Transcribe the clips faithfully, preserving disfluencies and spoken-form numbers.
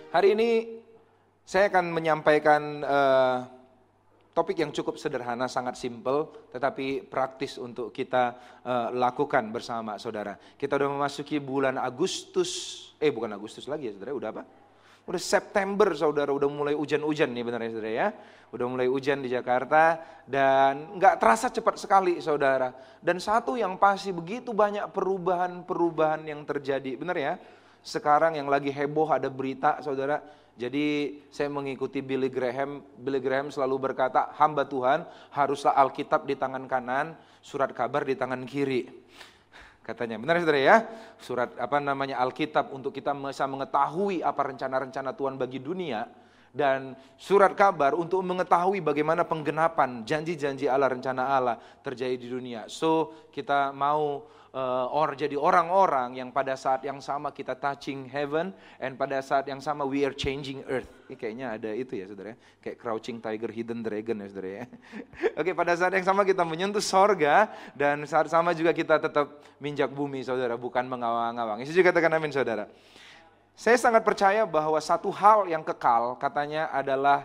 Hari ini saya akan menyampaikan uh, topik yang cukup sederhana, sangat simpel, tetapi praktis untuk kita uh, lakukan bersama saudara. Kita udah memasuki bulan Agustus, eh bukan Agustus lagi ya saudara, udah apa? Udah September saudara, udah mulai hujan-hujan nih benar ya saudara ya. Udah mulai hujan di Jakarta dan nggak terasa cepat sekali saudara. Dan satu yang pasti begitu banyak perubahan-perubahan yang terjadi, benar ya? Sekarang yang lagi heboh ada berita saudara. Jadi saya mengikuti Billy Graham. Billy Graham selalu berkata, hamba Tuhan haruslah Alkitab di tangan kanan, surat kabar di tangan kiri. Katanya, benar saudara ya? Surat apa namanya Alkitab untuk kita bisa mengetahui apa rencana-rencana Tuhan bagi dunia. Dan surat kabar untuk mengetahui bagaimana penggenapan janji-janji Allah, rencana Allah terjadi di dunia. So kita mau uh, or jadi orang-orang yang pada saat yang sama kita touching heaven, and pada saat yang sama we are changing earth. Ini kayaknya ada itu ya saudara, kayak crouching tiger, hidden dragon ya saudara ya. Oke, pada saat yang sama kita menyentuh sorga, dan saat sama juga kita tetap minjak bumi saudara, bukan mengawang-awang. Yesus juga katakan amin saudara. Saya sangat percaya bahwa satu hal yang kekal katanya adalah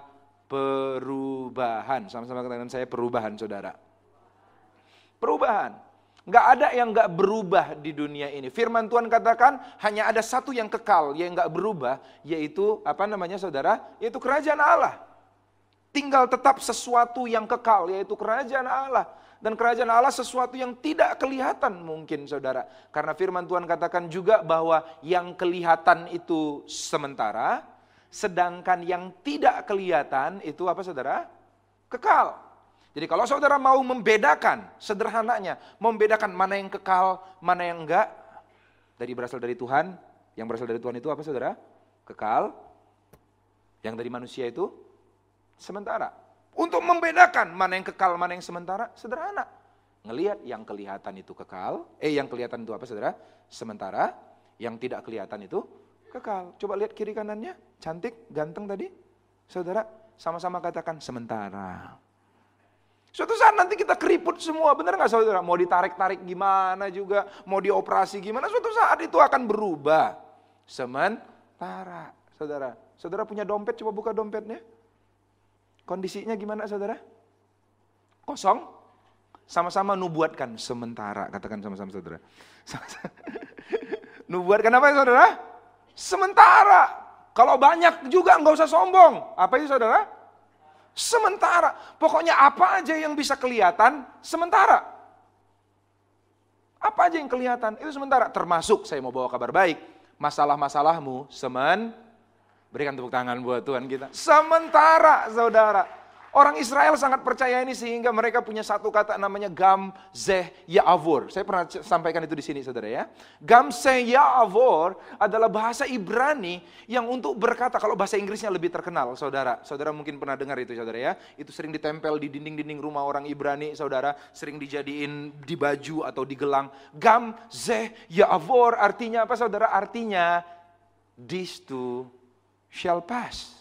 perubahan. Sama-sama katakan saya perubahan saudara. Perubahan. Nggak ada yang nggak berubah di dunia ini. Firman Tuhan katakan hanya ada satu yang kekal, yang nggak berubah, yaitu apa namanya saudara? Yaitu kerajaan Allah. Tinggal tetap sesuatu yang kekal, yaitu kerajaan Allah. Dan kerajaan Allah sesuatu yang tidak kelihatan mungkin saudara. Karena firman Tuhan katakan juga bahwa yang kelihatan itu sementara, sedangkan yang tidak kelihatan itu apa saudara? Kekal. Jadi kalau saudara mau membedakan, sederhananya, membedakan mana yang kekal, mana yang enggak, dari berasal dari Tuhan, yang berasal dari Tuhan itu apa saudara? Kekal. Yang dari manusia itu sementara. Untuk membedakan mana yang kekal, mana yang sementara, sederhana. Ngelihat yang kelihatan itu kekal, eh yang kelihatan itu apa saudara? Sementara, yang tidak kelihatan itu kekal. Coba lihat kiri kanannya, cantik, ganteng tadi. Saudara, sama-sama katakan sementara. Suatu saat nanti kita keriput semua, benar gak saudara? Mau ditarik-tarik gimana juga, mau dioperasi gimana, suatu saat itu akan berubah. Sementara, saudara. Saudara punya dompet, coba buka dompetnya. Kondisinya gimana saudara? Kosong? Sama-sama nubuatkan sementara. Katakan sama-sama saudara. Nubuatkan apa ya saudara? Sementara. Kalau banyak juga enggak usah sombong. Apa itu saudara? Sementara. Pokoknya apa aja yang bisa kelihatan, sementara. Apa aja yang kelihatan, itu sementara. Termasuk saya mau bawa kabar baik. Masalah-masalahmu sementara. Berikan tepuk tangan buat Tuhan kita. Sementara saudara. Orang Israel sangat percaya ini sehingga mereka punya satu kata namanya Gam Zeh Ya'avor. Saya pernah sampaikan itu di sini saudara ya. Gam Zeh Ya'avor adalah bahasa Ibrani yang untuk berkata, kalau bahasa Inggrisnya lebih terkenal saudara. Saudara mungkin pernah dengar itu saudara ya. Itu sering ditempel di dinding-dinding rumah orang Ibrani saudara. Sering dijadiin di baju atau di gelang. Gam Zeh Ya'avor artinya apa saudara? Artinya this too shall pass.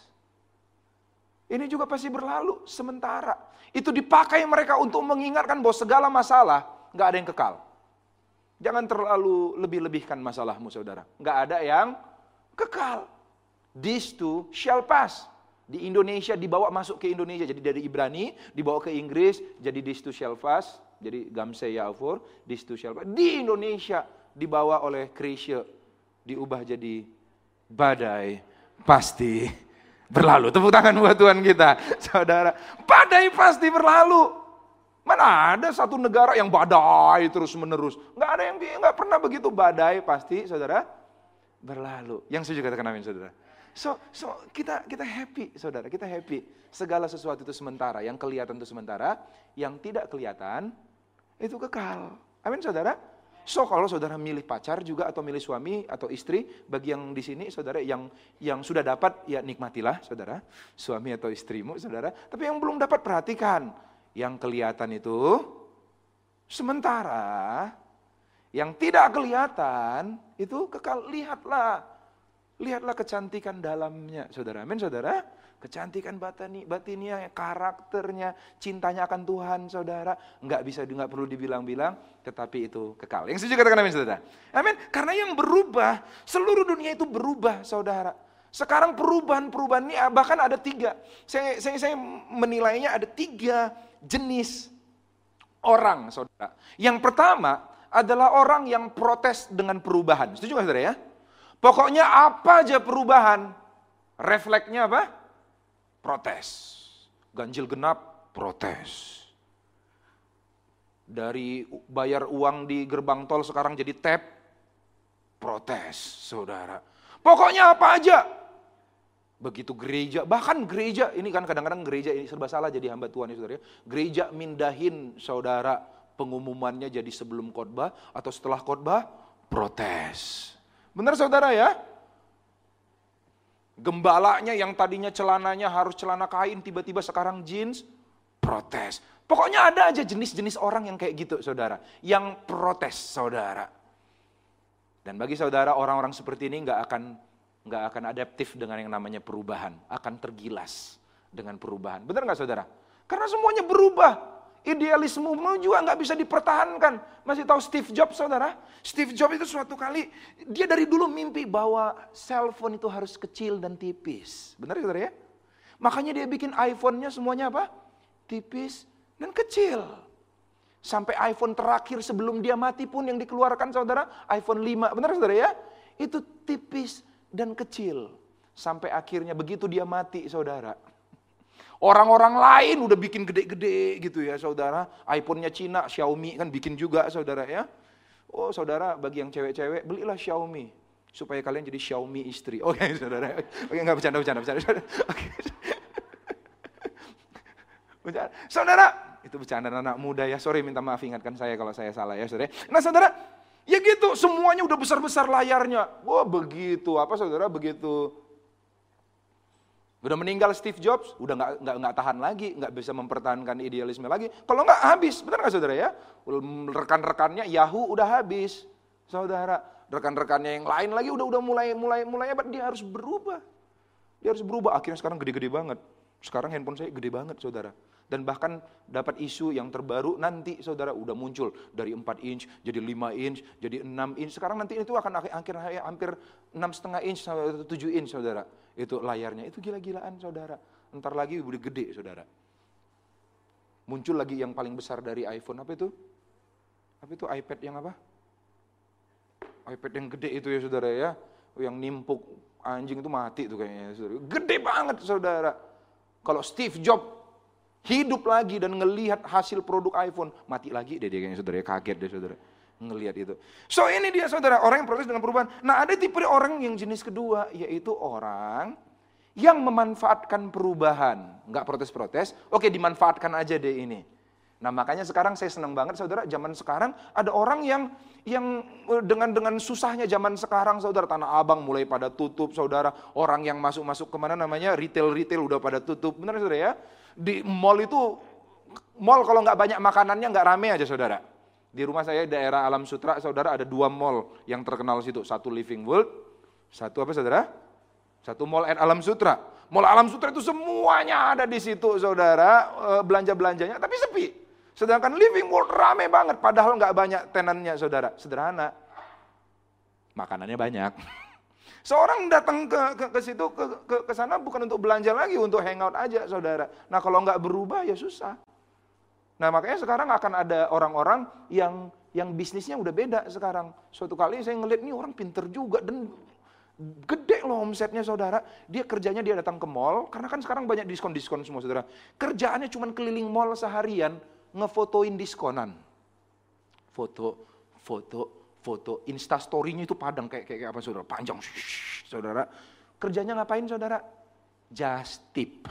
Ini juga pasti berlalu sementara. Itu dipakai mereka untuk mengingatkan bahwa segala masalah gak ada yang kekal. Jangan terlalu lebih-lebihkan masalahmu saudara. Gak ada yang kekal. This too shall pass. Di Indonesia dibawa masuk ke Indonesia. Jadi dari Ibrani dibawa ke Inggris. Jadi this too shall pass. Jadi Gamse Ya'avor, this too shall pass. Di Indonesia dibawa oleh Krisya. Diubah jadi badai pasti berlalu. Tepuk tangan buat Tuhan kita, saudara. Badai pasti berlalu. Mana ada satu negara yang badai terus menerus? Nggak ada yang nggak pernah begitu. Badai pasti, saudara, berlalu. Yang setuju katakan amin, saudara. So, so kita kita happy, saudara. Kita happy. Segala sesuatu itu sementara. Yang kelihatan itu sementara. Yang tidak kelihatan itu kekal. Amin, saudara. So kalau saudara milih pacar juga atau milih suami atau istri, bagi yang di sini saudara yang yang sudah dapat ya nikmatilah saudara, suami atau istrimu saudara. Tapi yang belum dapat perhatikan, yang kelihatan itu sementara, yang tidak kelihatan itu kekal. Lihatlah, lihatlah kecantikan dalamnya saudara. Amin saudara. Kecantikan batini, batinnya, karakternya, cintanya akan Tuhan, saudara. Enggak bisa, enggak perlu dibilang-bilang, tetapi itu kekal. Yang setuju katakan amin, saudara. Amin. Karena yang berubah, seluruh dunia itu berubah, saudara. Sekarang perubahan-perubahan ini bahkan ada tiga. Saya, saya, saya menilainya ada tiga jenis orang, saudara. Yang pertama adalah orang yang protes dengan perubahan. Setuju nggak, saudara ya? Pokoknya apa aja perubahan, refleksnya apa? Protes. Ganjil genap, protes. Dari bayar uang di gerbang tol sekarang jadi tap, protes, saudara. Pokoknya apa aja. Begitu gereja, bahkan gereja, ini kan kadang-kadang gereja ini serba salah jadi hamba Tuhan ya saudara. Gereja mindahin saudara pengumumannya jadi sebelum khotbah atau setelah khotbah, protes. Benar saudara ya? Gembalanya yang tadinya celananya harus celana kain, tiba-tiba sekarang jeans, protes. Pokoknya ada aja jenis-jenis orang yang kayak gitu saudara, yang protes saudara. Dan bagi saudara orang-orang seperti ini gak akan nggak akan adaptif dengan yang namanya perubahan, akan tergilas dengan perubahan. Benar nggak saudara? Karena semuanya berubah, idealisme juga nggak bisa dipertahankan. Masih tahu Steve Jobs saudara? Steve Jobs itu suatu kali, dia dari dulu mimpi bahwa cellphone itu harus kecil dan tipis. Benar saudara ya? Makanya dia bikin iPhone-nya semuanya apa? Tipis dan kecil. Sampai iPhone terakhir sebelum dia mati pun yang dikeluarkan saudara, iPhone lima. Benar saudara ya? Itu tipis dan kecil. Sampai akhirnya begitu dia mati saudara. Orang-orang lain udah bikin gede-gede gitu ya saudara. iPhone-nya Cina, Xiaomi kan bikin juga saudara ya. Oh saudara, bagi yang cewek-cewek belilah Xiaomi. Supaya kalian jadi Xiaomi istri. Oke okay, saudara. Oke okay, gak bercanda, bercanda, bercanda. Oke. Okay. Saudara, itu bercanda anak muda ya. Sorry minta maaf, ingatkan saya kalau saya salah ya saudara. Nah saudara, ya gitu, semuanya udah besar-besar layarnya. Wah begitu, apa saudara, begitu. Udah meninggal Steve Jobs, udah nggak nggak nggak tahan lagi, nggak bisa mempertahankan idealisme lagi. Kalau nggak habis, benar nggak saudara ya? Rekan-rekannya Yahoo udah habis, saudara. Rekan-rekannya yang lain lagi udah udah mulai mulai mulai apa? Dia harus berubah, dia harus berubah. Akhirnya sekarang gede-gede banget. Sekarang handphone saya gede banget, saudara. Dan bahkan dapat isu yang terbaru nanti saudara udah muncul dari empat inch jadi lima inch jadi enam inch. Sekarang nanti itu akan akhir hampir enam koma lima inch atau tujuh inch saudara. Itu layarnya, itu gila-gilaan saudara. Ntar lagi udah gede saudara. Muncul lagi yang paling besar dari iPhone, apa itu? Apa itu iPad yang apa? iPad yang gede itu ya saudara ya. Yang nimpuk anjing itu mati tuh kayaknya saudara. Gede banget saudara. Kalau Steve Jobs hidup lagi dan ngelihat hasil produk iPhone, mati lagi deh dia kayaknya saudara, kaget deh saudara ngelihat itu. So ini dia saudara, orang yang protes dengan perubahan. Nah ada tipe orang yang jenis kedua, yaitu orang yang memanfaatkan perubahan. Enggak protes-protes, oke dimanfaatkan aja deh ini. Nah makanya sekarang saya senang banget saudara, zaman sekarang ada orang yang yang dengan dengan susahnya zaman sekarang saudara, Tanah Abang mulai pada tutup saudara, orang yang masuk-masuk kemana namanya retail-retail udah pada tutup, benar saudara ya? Di mall itu, mall kalau nggak banyak makanannya nggak rame aja saudara. Di rumah saya daerah Alam Sutra saudara ada dua mall yang terkenal situ, satu Living World, satu apa saudara? Satu mall at Alam Sutra. Mall Alam Sutra itu semuanya ada di situ saudara, belanja-belanjanya tapi sepi. Sedangkan Living World rame banget, padahal nggak banyak tenannya saudara. Sederhana, makanannya banyak. Seorang datang ke ke, ke situ ke, ke ke sana bukan untuk belanja lagi, untuk hangout aja saudara. Nah kalau nggak berubah ya susah. Nah makanya sekarang akan ada orang-orang yang yang bisnisnya udah beda sekarang. Suatu kali saya ngeliat ini orang pinter juga dan gede loh omsetnya saudara. Dia kerjanya dia datang ke mall, karena kan sekarang banyak diskon-diskon semua saudara. Kerjaannya cuma keliling mall seharian, ngefotoin diskonan. Foto, foto, foto. Instastory-nya itu padang kayak kayak apa saudara? Panjang, shh, saudara. Kerjanya ngapain saudara? Just tip.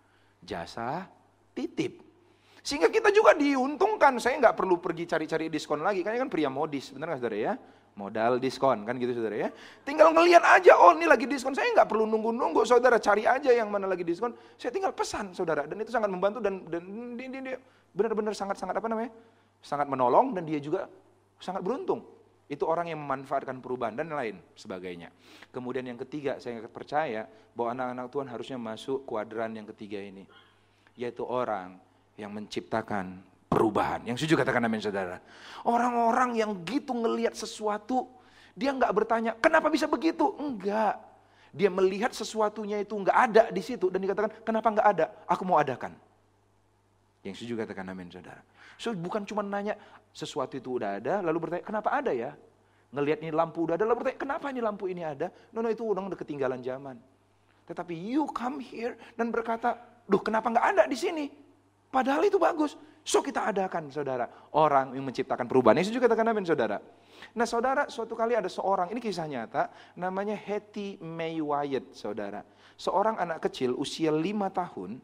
Jasa titip. Sehingga kita juga diuntungkan. Saya nggak perlu pergi cari-cari diskon lagi. Karena kan pria modis, benar nggak saudara ya? Modal diskon, kan gitu saudara ya. Tinggal ngelihat aja, oh ini lagi diskon. Saya nggak perlu nunggu-nunggu saudara, cari aja yang mana lagi diskon. Saya tinggal pesan saudara. Dan itu sangat membantu dan, dan dia, dia, dia benar-benar sangat-sangat apa namanya? Sangat menolong dan dia juga sangat beruntung. Itu orang yang memanfaatkan perubahan dan lain sebagainya. Kemudian yang ketiga, saya percaya bahwa anak-anak Tuhan harusnya masuk kuadran yang ketiga ini. Yaitu orang yang menciptakan perubahan. Yang setuju katakan amin saudara. Orang-orang yang gitu ngelihat sesuatu, dia nggak bertanya, kenapa bisa begitu? Enggak. Dia melihat sesuatunya itu nggak ada di situ dan dikatakan, kenapa nggak ada? Aku mau adakan. Yang setuju katakan amin, saudara. So bukan cuma nanya sesuatu itu udah ada, lalu bertanya, kenapa ada ya? Ngelihat ini lampu udah ada, lalu bertanya, kenapa ini lampu ini ada? No, no, itu udah ketinggalan zaman. Tetapi you come here dan berkata, duh kenapa nggak ada di sini? Padahal itu bagus. So kita adakan, saudara. Orang yang menciptakan perubahan. Yang setuju katakan amin, saudara. Nah saudara, suatu kali ada seorang, ini kisah nyata, namanya Hattie Mae Wyatt, saudara. Seorang anak kecil usia lima tahun,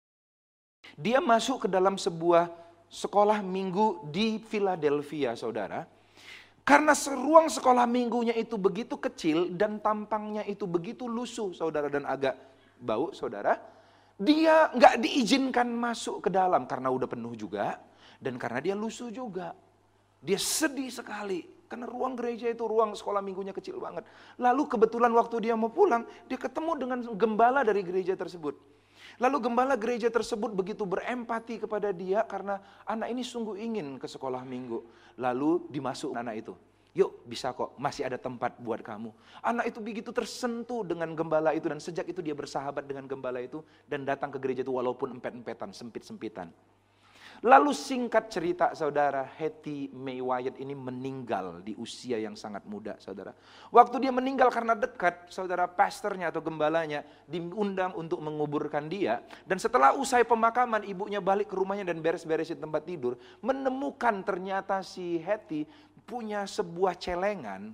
dia masuk ke dalam sebuah sekolah minggu di Philadelphia, saudara. Karena ruang sekolah minggunya itu begitu kecil dan tampangnya itu begitu lusuh, saudara, dan agak bau, saudara. Dia nggak diizinkan masuk ke dalam karena udah penuh juga dan karena dia lusuh juga. Dia sedih sekali karena ruang gereja itu ruang sekolah minggunya kecil banget. Lalu kebetulan waktu dia mau pulang, dia ketemu dengan gembala dari gereja tersebut. Lalu gembala gereja tersebut begitu berempati kepada dia karena anak ini sungguh ingin ke sekolah minggu. Lalu dimasuk anak itu. Yuk bisa kok, masih ada tempat buat kamu. Anak itu begitu tersentuh dengan gembala itu dan sejak itu dia bersahabat dengan gembala itu dan datang ke gereja itu walaupun empet-empetan, sempit-sempitan. Lalu singkat cerita, saudara, Hattie Mae Wyatt ini meninggal di usia yang sangat muda, saudara. Waktu dia meninggal karena dekat, saudara, pastornya atau gembalanya diundang untuk menguburkan dia. Dan setelah usai pemakaman, ibunya balik ke rumahnya dan beres-beresin tempat tidur. Menemukan ternyata si Hattie punya sebuah celengan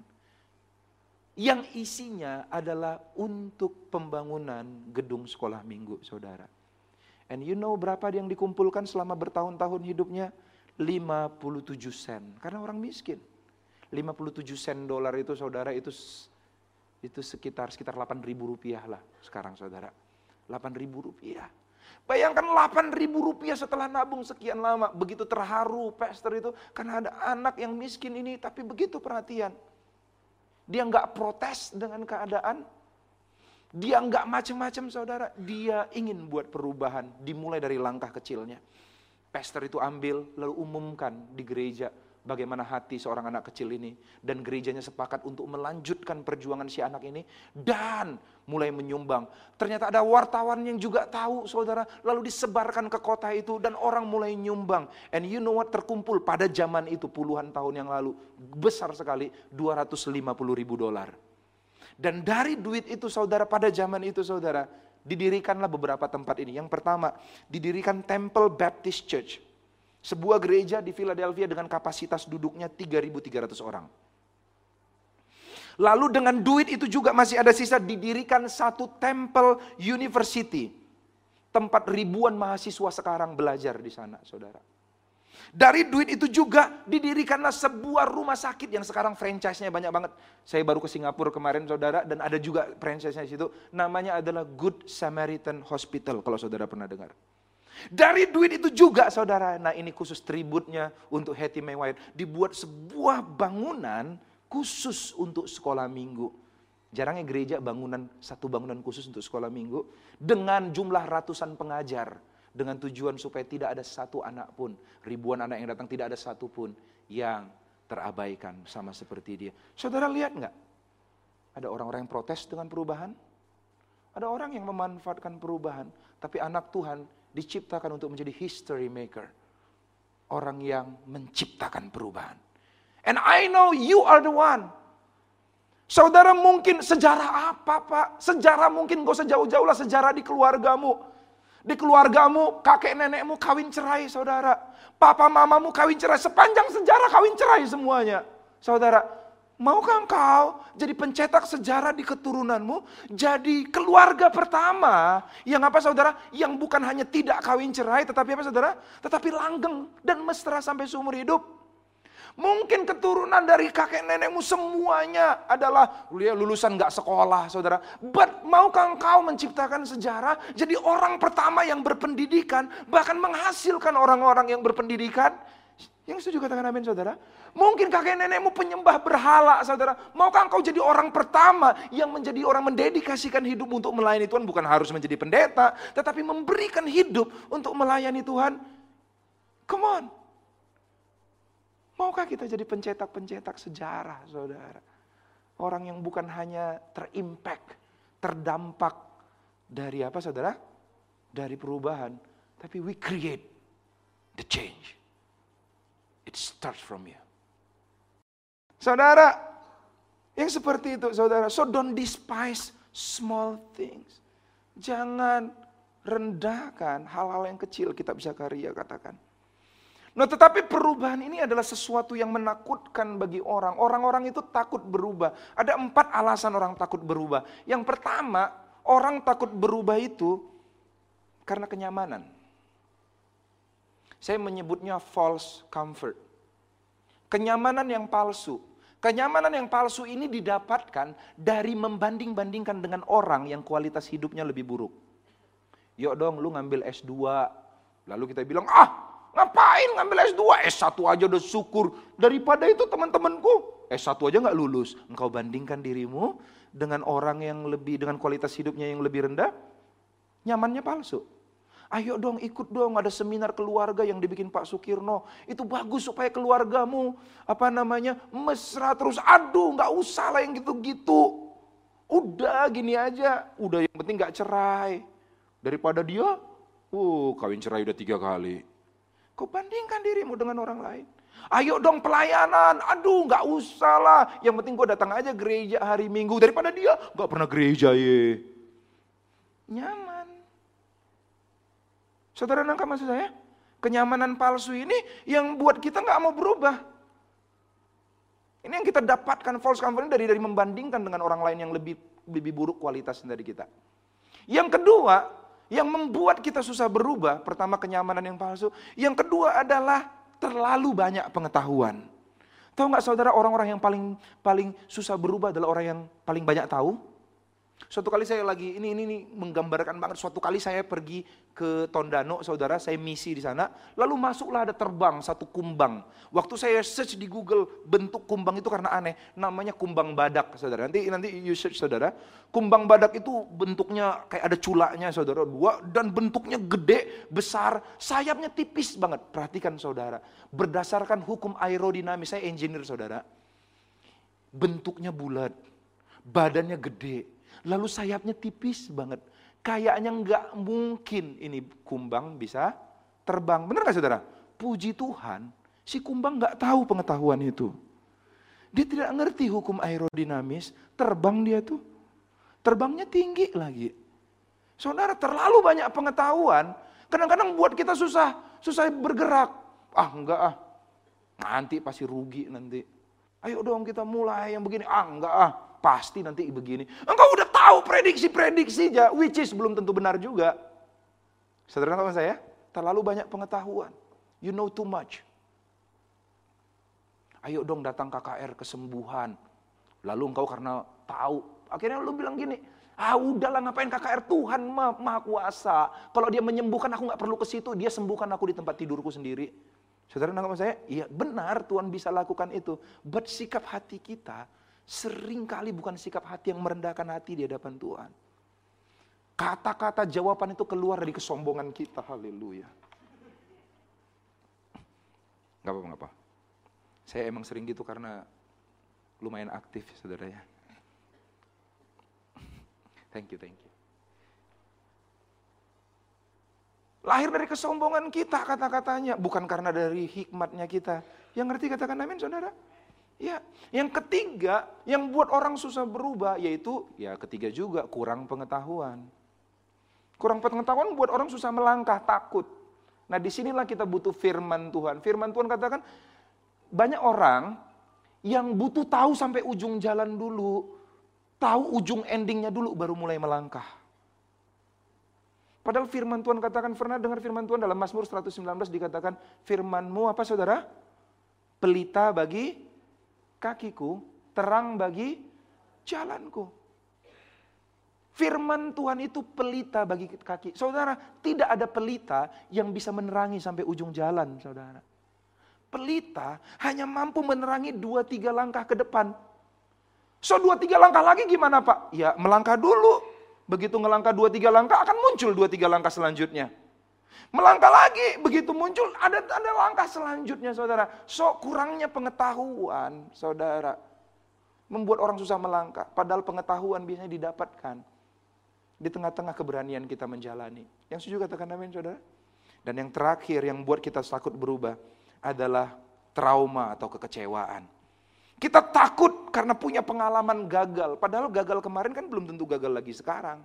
yang isinya adalah untuk pembangunan gedung sekolah minggu, saudara. And you know berapa yang dikumpulkan selama bertahun-tahun hidupnya? lima puluh tujuh sen. Karena orang miskin. lima puluh tujuh sen dolar itu, saudara, itu itu sekitar sekitar delapan ribu rupiah lah sekarang, saudara. delapan ribu rupiah. Bayangkan delapan ribu rupiah setelah nabung sekian lama. Begitu terharu pastor itu karena ada anak yang miskin ini tapi begitu perhatian. Dia nggak protes dengan keadaan. Dia nggak macam-macam, saudara. Dia ingin buat perubahan. Dimulai dari langkah kecilnya. Pastor itu ambil lalu umumkan di gereja bagaimana hati seorang anak kecil ini. Dan gerejanya sepakat untuk melanjutkan perjuangan si anak ini. Dan mulai menyumbang. Ternyata ada wartawan yang juga tahu, saudara. Lalu disebarkan ke kota itu dan orang mulai nyumbang. And you know what, terkumpul pada zaman itu puluhan tahun yang lalu. Besar sekali, dua ratus lima puluh ribu dolar. Dan dari duit itu, saudara, pada zaman itu, saudara, didirikanlah beberapa tempat ini. Yang pertama, didirikan Temple Baptist Church. Sebuah gereja di Philadelphia dengan kapasitas duduknya tiga ribu tiga ratus orang. Lalu dengan duit itu juga masih ada sisa, didirikan satu Temple University. Tempat ribuan mahasiswa sekarang belajar di sana, saudara. Dari duit itu juga didirikanlah sebuah rumah sakit yang sekarang franchise-nya banyak banget. Saya baru ke Singapura kemarin, saudara, dan ada juga franchise-nya di situ. Namanya adalah Good Samaritan Hospital, kalau saudara pernah dengar. Dari duit itu juga, saudara, nah ini khusus tributnya untuk Hattie Mae Wyatt, dibuat sebuah bangunan khusus untuk sekolah minggu. Jarangnya gereja bangunan, satu bangunan khusus untuk sekolah minggu, dengan jumlah ratusan pengajar. Dengan tujuan supaya tidak ada satu anak pun, ribuan anak yang datang, tidak ada satu pun yang terabaikan sama seperti dia. Saudara lihat nggak? Ada orang-orang yang protes dengan perubahan. Ada orang yang memanfaatkan perubahan. Tapi anak Tuhan diciptakan untuk menjadi history maker. Orang yang menciptakan perubahan. And I know you are the one. Saudara mungkin sejarah apa, Pak? Sejarah mungkin gak usah jauh-jauh lah, sejarah di keluargamu. Di keluargamu, kakek nenekmu kawin cerai, saudara. Papa mamamu kawin cerai, sepanjang sejarah kawin cerai semuanya. Saudara, maukah engkau jadi pencetak sejarah di keturunanmu? Jadi keluarga pertama, yang apa, saudara? Yang bukan hanya tidak kawin cerai, tetapi apa, saudara? Tetapi langgeng dan mesra sampai seumur hidup. Mungkin keturunan dari kakek nenekmu semuanya adalah lulusan gak sekolah, saudara. But maukah engkau menciptakan sejarah jadi orang pertama yang berpendidikan, bahkan menghasilkan orang-orang yang berpendidikan? Yang setuju katakan amin, saudara. Mungkin kakek nenekmu penyembah berhala, saudara. Maukah engkau jadi orang pertama yang menjadi orang mendedikasikan hidup untuk melayani Tuhan? Bukan harus menjadi pendeta, tetapi memberikan hidup untuk melayani Tuhan. Come on. Maukah kita jadi pencetak-pencetak sejarah, saudara? Orang yang bukan hanya terimpact, terdampak dari apa saudara? Dari perubahan. Tapi we create the change. It starts from you. Saudara, yang seperti itu saudara. So don't despise small things. Jangan rendahkan hal-hal yang kecil kita bisa karya katakan. Nah tetapi perubahan ini adalah sesuatu yang menakutkan bagi orang. Orang-orang itu takut berubah. Ada empat alasan orang takut berubah. Yang pertama, orang takut berubah itu karena kenyamanan. Saya menyebutnya false comfort. Kenyamanan yang palsu. Kenyamanan yang palsu ini didapatkan dari membanding-bandingkan dengan orang yang kualitas hidupnya lebih buruk. Yuk dong lu ngambil S dua. Lalu kita bilang, ah ngapain ngambil S dua? S satu aja udah syukur. Daripada itu teman-temanku S satu aja gak lulus. Engkau bandingkan dirimu dengan orang yang lebih, dengan kualitas hidupnya yang lebih rendah. Nyamannya palsu. Ayo dong ikut dong, ada seminar keluarga yang dibikin Pak Sukirno. Itu bagus supaya keluargamu, apa namanya, mesra terus. Aduh gak usah lah yang gitu-gitu. Udah gini aja, udah yang penting gak cerai. Daripada dia, uh kawin cerai udah tiga kali. Kau bandingkan dirimu dengan orang lain. Ayo dong pelayanan, aduh gak usah lah. Yang penting gue datang aja gereja hari Minggu. Daripada dia gak pernah gereja ye. Nyaman. Saudara nangkap maksud saya? Kenyamanan palsu ini yang buat kita gak mau berubah. Ini yang kita dapatkan false comfort dari dari membandingkan dengan orang lain yang lebih lebih buruk kualitas dari kita. Yang kedua, yang membuat kita susah berubah, pertama kenyamanan yang palsu. Yang kedua adalah terlalu banyak pengetahuan. Tahu nggak saudara, orang-orang yang paling paling susah berubah adalah orang yang paling banyak tahu? Suatu kali saya lagi, ini ini, ini menggambarkan banget, suatu kali saya pergi ke Tondano, saudara, saya misi di sana, lalu masuklah ada terbang satu kumbang. Waktu saya search di Google, bentuk kumbang itu karena aneh, namanya kumbang badak, saudara. Nanti nanti you search, saudara. Kumbang badak itu bentuknya kayak ada culaknya, saudara, dua, dan bentuknya gede, besar, sayapnya tipis banget. Perhatikan, saudara, berdasarkan hukum aerodinamis, saya engineer, saudara, bentuknya bulat, badannya gede, lalu sayapnya tipis banget. Kayaknya nggak mungkin ini kumbang bisa terbang. Benar nggak saudara? Puji Tuhan, si kumbang nggak tahu pengetahuan itu. Dia tidak ngerti hukum aerodinamis, terbang dia tuh. Terbangnya tinggi lagi. Saudara, terlalu banyak pengetahuan, kadang-kadang buat kita susah, susah bergerak. Ah enggak ah, nanti pasti rugi nanti. Ayo dong kita mulai yang begini, ah enggak ah. Pasti nanti begini. Engkau udah tahu prediksi-prediksi aja, which is belum tentu benar juga. Saudara sama saya, terlalu banyak pengetahuan. You know too much. Ayo dong datang K K R kesembuhan. Lalu engkau karena tahu, akhirnya lu bilang gini, ah udahlah ngapain K K R, Tuhan mah maha kuasa. Kalau dia menyembuhkan aku gak perlu ke situ, dia sembuhkan aku di tempat tidurku sendiri. Saudara nangkap saya? Iya benar, Tuhan bisa lakukan itu. But sikap hati kita seringkali bukan sikap hati yang merendahkan hati di hadapan Tuhan. Kata-kata jawaban itu keluar dari kesombongan kita. Haleluya. Gak apa-apa, gak apa. Saya emang sering gitu karena lumayan aktif, saudara ya. Thank you, thank you. Lahir dari kesombongan kita kata-katanya, bukan karena dari hikmatnya kita. Yang ngerti katakan amin, saudara? Ya, yang ketiga yang buat orang susah berubah yaitu ya ketiga juga kurang pengetahuan. Kurang pengetahuan buat orang susah melangkah, takut. Nah, disinilah kita butuh firman Tuhan. Firman Tuhan katakan banyak orang yang butuh tahu sampai ujung jalan dulu, tahu ujung endingnya dulu baru mulai melangkah. Padahal firman Tuhan katakan, pernah dengar firman Tuhan dalam Mazmur seratus sembilan belas dikatakan, firman-Mu apa saudara? Pelita bagi kakiku, terang bagi jalanku. Firman Tuhan itu pelita bagi kaki. Saudara, tidak ada pelita yang bisa menerangi sampai ujung jalan, saudara. Pelita hanya mampu menerangi dua tiga langkah ke depan. So dua tiga langkah lagi gimana Pak? Ya melangkah dulu. Begitu ngelangkah dua tiga langkah akan muncul dua tiga langkah selanjutnya. Melangkah lagi, begitu muncul ada ada langkah selanjutnya, saudara. So kurangnya pengetahuan, saudara, membuat orang susah melangkah. Padahal pengetahuan biasanya didapatkan Di tengah-tengah keberanian kita menjalani. Yang setuju katakan amin, saudara. Dan yang terakhir yang buat kita takut berubah adalah trauma atau kekecewaan. Kita takut karena punya pengalaman gagal. Padahal gagal kemarin kan belum tentu gagal lagi sekarang.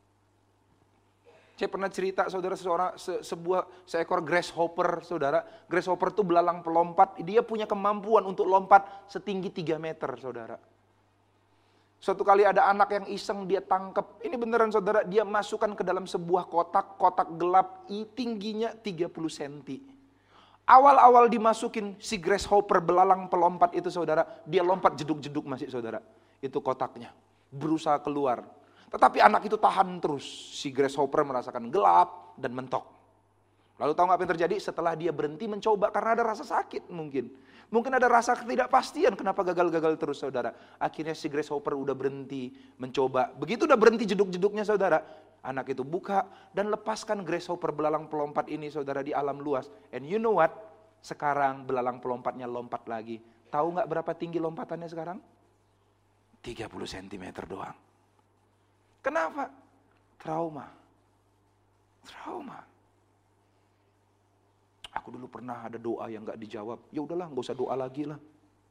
Saya pernah cerita, saudara, seorang, se, sebuah seekor grasshopper, saudara. Grasshopper itu belalang pelompat, dia punya kemampuan untuk lompat setinggi tiga meter, saudara. Suatu kali ada anak yang iseng, dia tangkap, ini beneran saudara, dia masukkan ke dalam sebuah kotak, kotak gelap, tingginya tiga puluh sentimeter. Awal-awal dimasukin si grasshopper belalang pelompat itu saudara, dia lompat jeduk-jeduk masih saudara. Itu kotaknya, berusaha keluar. Tetapi anak itu tahan terus. Si grasshopper merasakan gelap dan mentok. Lalu tahu nggak apa yang terjadi? Setelah dia berhenti mencoba karena ada rasa sakit mungkin. Mungkin ada rasa ketidakpastian kenapa gagal-gagal terus saudara. Akhirnya si grasshopper udah berhenti mencoba. Begitu udah berhenti jeduk-jeduknya saudara. Anak itu buka dan lepaskan grasshopper belalang pelompat ini saudara di alam luas. And you know what? Sekarang belalang pelompatnya lompat lagi. Tahu nggak berapa tinggi lompatannya sekarang? tiga puluh sentimeter doang. Kenapa? Trauma. Trauma. Aku dulu pernah ada doa yang gak dijawab. Ya udahlah, gak usah doa lagi lah.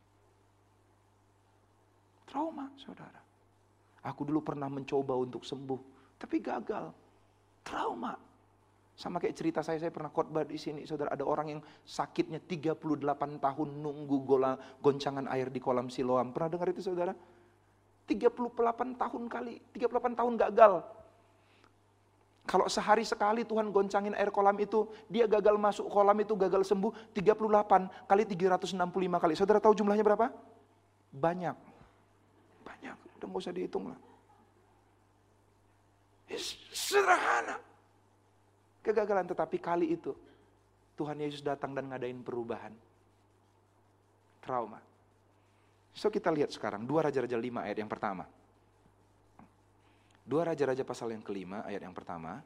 Trauma, saudara. Aku dulu pernah mencoba untuk sembuh, tapi gagal. Trauma. Sama kayak cerita saya, saya pernah khotbah di sini, saudara. Ada orang yang sakitnya tiga puluh delapan tahun nunggu gola, goncangan air di kolam Siloam. Pernah dengar itu, saudara? tiga puluh delapan tahun kali, tiga puluh delapan tahun gagal. Kalau sehari sekali Tuhan goncangin air kolam itu, dia gagal masuk kolam itu, gagal sembuh, tiga puluh delapan kali tiga ratus enam puluh lima kali. Saudara tahu jumlahnya berapa? Banyak. Banyak, udah gak usah dihitung lah. Sederhana. Kegagalan, tetapi kali itu, Tuhan Yesus datang dan ngadain perubahan. Trauma. So kita lihat sekarang, dua Raja-Raja lima ayat yang pertama. dua Raja-Raja pasal yang kelima ayat yang pertama.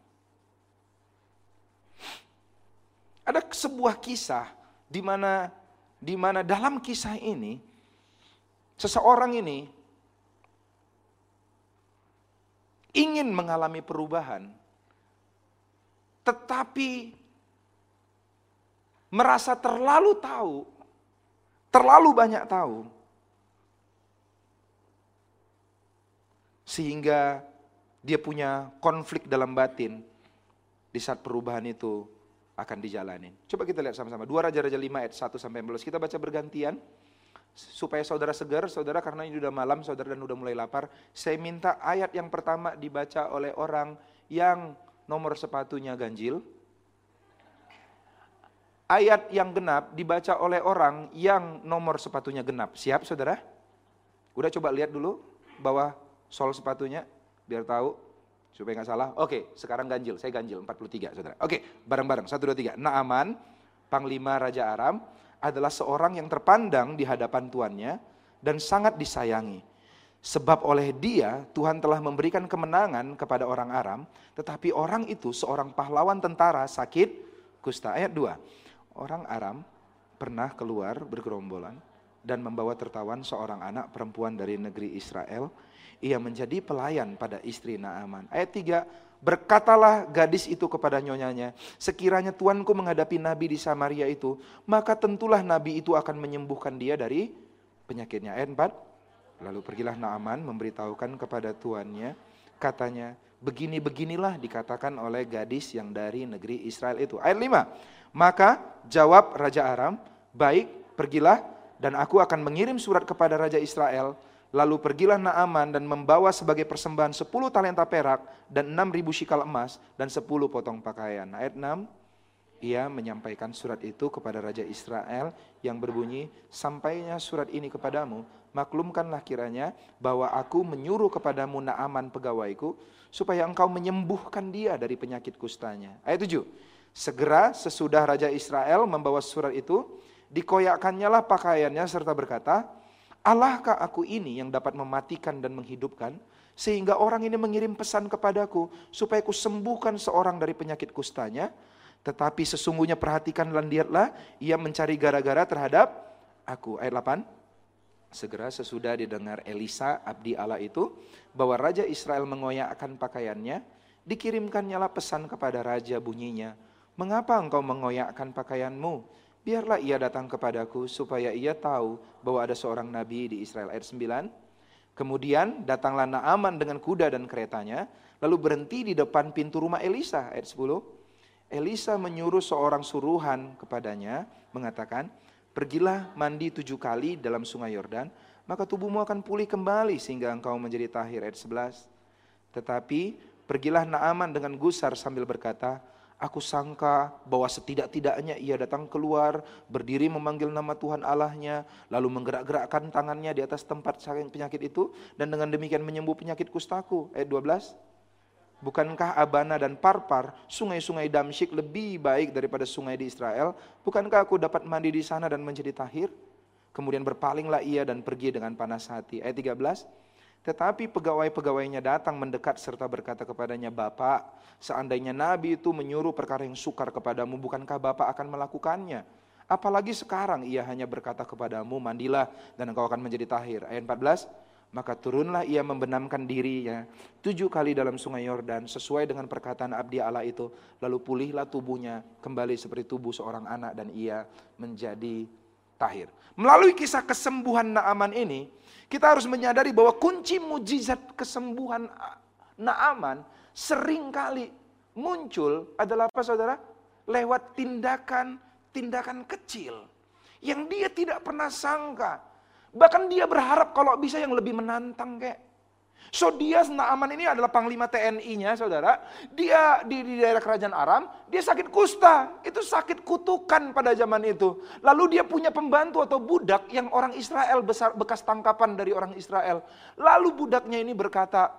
Ada sebuah kisah di mana di mana dalam kisah ini seseorang ini ingin mengalami perubahan tetapi merasa terlalu tahu, terlalu banyak tahu sehingga dia punya konflik dalam batin di saat perubahan itu akan dijalanin. Coba kita lihat sama-sama. dua Raja-Raja lima ayat satu sampai enam belas. Kita baca bergantian. Supaya saudara segar, saudara karena ini udah malam, saudara dan udah mulai lapar. Saya minta ayat yang pertama dibaca oleh orang yang nomor sepatunya ganjil. Ayat yang genap dibaca oleh orang yang nomor sepatunya genap. Siap saudara? Udah coba lihat dulu bawah sol sepatunya. Biar tahu, supaya nggak salah. Oke, sekarang ganjil, saya ganjil, empat puluh tiga saudara. Oke, bareng-bareng, satu, dua, tiga. Naaman, panglima Raja Aram, adalah seorang yang terpandang di hadapan tuannya dan sangat disayangi. Sebab oleh dia, Tuhan telah memberikan kemenangan kepada orang Aram, tetapi orang itu seorang pahlawan tentara sakit kusta. Ayat dua, orang Aram pernah keluar bergerombolan dan membawa tertawan seorang anak perempuan dari negeri Israel. Ia menjadi pelayan pada istri Naaman. Ayat tiga, berkatalah gadis itu kepada nyonyanya, sekiranya tuanku menghadapi nabi di Samaria itu, maka tentulah nabi itu akan menyembuhkan dia dari penyakitnya. Ayat empat, lalu pergilah Naaman memberitahukan kepada tuannya, katanya, begini-beginilah dikatakan oleh gadis yang dari negeri Israel itu. Ayat lima, maka jawab Raja Aram, baik, pergilah, dan aku akan mengirim surat kepada Raja Israel. Lalu pergilah Naaman dan membawa sebagai persembahan sepuluh talenta perak dan enam ribu shikal emas dan sepuluh potong pakaian. Ayat enam, ia menyampaikan surat itu kepada Raja Israel yang berbunyi, sampainya surat ini kepadamu, maklumkanlah kiranya bahwa aku menyuruh kepadamu Naaman pegawaiku, supaya engkau menyembuhkan dia dari penyakit kustanya. Ayat tujuh, segera sesudah Raja Israel membawa surat itu, dikoyakkannya lah pakaiannya serta berkata, Allahkah aku ini yang dapat mematikan dan menghidupkan, sehingga orang ini mengirim pesan kepadaku, supaya ku sembuhkan seorang dari penyakit kustanya. Tetapi sesungguhnya perhatikan dan lihatlah, ia mencari gara-gara terhadap aku. Ayat delapan, Segera sesudah didengar Elisa, abdi Allah itu, bahwa Raja Israel mengoyakkan pakaiannya, dikirimkannyalah pesan kepada Raja bunyinya, "Mengapa engkau mengoyakkan pakaianmu? Biarlah ia datang kepadaku, supaya ia tahu bahwa ada seorang nabi di Israel." Ayat sembilan. Kemudian datanglah Naaman dengan kuda dan keretanya, lalu berhenti di depan pintu rumah Elisa. Ayat sepuluh. Elisa menyuruh seorang suruhan kepadanya, mengatakan, "Pergilah mandi tujuh kali dalam sungai Yordan, maka tubuhmu akan pulih kembali sehingga engkau menjadi tahir." Ayat sebelas. Tetapi pergilah Naaman dengan gusar sambil berkata, "Aku sangka bahwa setidak-tidaknya ia datang keluar, berdiri memanggil nama Tuhan Allahnya, lalu menggerak-gerakkan tangannya di atas tempat penyakit itu, dan dengan demikian menyembuh penyakit kustaku." Ayat dua belas. "Bukankah Abana dan Parpar, sungai-sungai Damsyik lebih baik daripada sungai di Israel? Bukankah aku dapat mandi di sana dan menjadi tahir?" Kemudian berpalinglah ia dan pergi dengan panas hati. Ayat tiga belas. Tetapi pegawai-pegawainya datang mendekat serta berkata kepadanya, "Bapak, seandainya Nabi itu menyuruh perkara yang sukar kepadamu, bukankah Bapak akan melakukannya? Apalagi sekarang ia hanya berkata kepadamu, mandilah dan engkau akan menjadi tahir." Ayat empat belas. Maka turunlah ia membenamkan dirinya tujuh kali dalam sungai Yordan sesuai dengan perkataan abdi Allah itu. Lalu pulihlah tubuhnya kembali seperti tubuh seorang anak dan ia menjadi tahir. Melalui kisah kesembuhan Naaman ini, kita harus menyadari bahwa kunci mujizat kesembuhan Naaman seringkali muncul adalah apa, saudara? Lewat tindakan-tindakan kecil yang dia tidak pernah sangka. Bahkan dia berharap kalau bisa yang lebih menantang kayak. So dia, Naaman ini adalah panglima T N I-nya, saudara. Dia di, di daerah kerajaan Aram, dia sakit kusta. Itu sakit kutukan pada zaman itu. Lalu dia punya pembantu atau budak yang orang Israel, besar, bekas tangkapan dari orang Israel. Lalu budaknya ini berkata,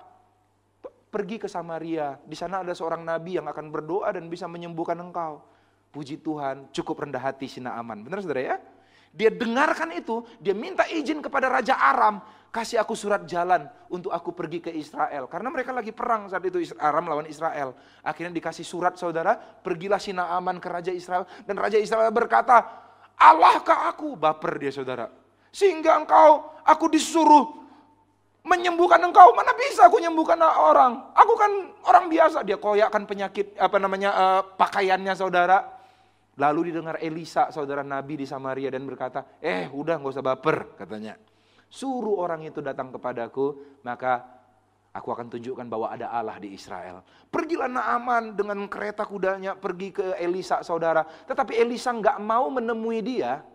"Pergi ke Samaria, di sana ada seorang nabi yang akan berdoa dan bisa menyembuhkan engkau." Puji Tuhan, cukup rendah hati si Naaman. Benar saudara ya? Dia dengarkan itu, dia minta izin kepada Raja Aram, "Kasih aku surat jalan untuk aku pergi ke Israel." Karena mereka lagi perang saat itu, Aram lawan Israel. Akhirnya dikasih surat, saudara, pergilah si Naaman ke Raja Israel. Dan Raja Israel berkata, "Allahkah aku?" Baper dia, saudara. "Sehingga engkau, aku disuruh menyembuhkan engkau. Mana bisa aku menyembuhkan orang? Aku kan orang biasa." Dia koyakkan penyakit, apa namanya, uh, pakaiannya, saudara. Lalu didengar Elisa, saudara nabi di Samaria, dan berkata, "Eh udah gak usah baper," katanya. "Suruh orang itu datang kepadaku, maka aku akan tunjukkan bahwa ada Allah di Israel." Pergilah Naaman dengan kereta kudanya pergi ke Elisa, saudara. Tetapi Elisa gak mau menemui dia.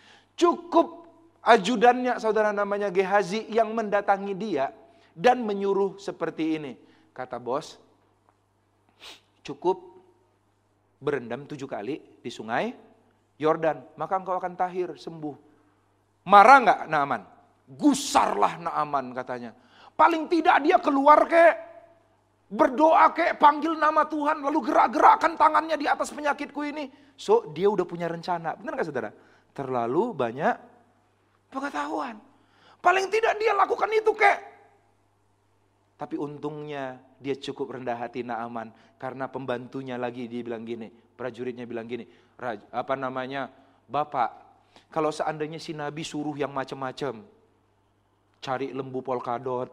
Cukup ajudannya, saudara, namanya Gehazi, yang mendatangi dia dan menyuruh seperti ini. Kata bos, "Cukup berendam tujuh kali di sungai Yordan, maka engkau akan tahir, sembuh." Marah nggak Naaman? Gusarlah Naaman katanya. Paling tidak dia keluar kek, berdoa kek, panggil nama Tuhan, lalu gerak-gerakkan tangannya di atas penyakitku ini. So dia udah punya rencana, benar nggak saudara? Terlalu banyak pengetahuan. Paling tidak dia lakukan itu kek. Tapi untungnya dia cukup rendah hati Naaman, karena pembantunya lagi dia bilang gini, prajuritnya bilang gini, "Raj, apa namanya, Bapak, kalau seandainya si Nabi suruh yang macam-macam, cari lembu polkadot,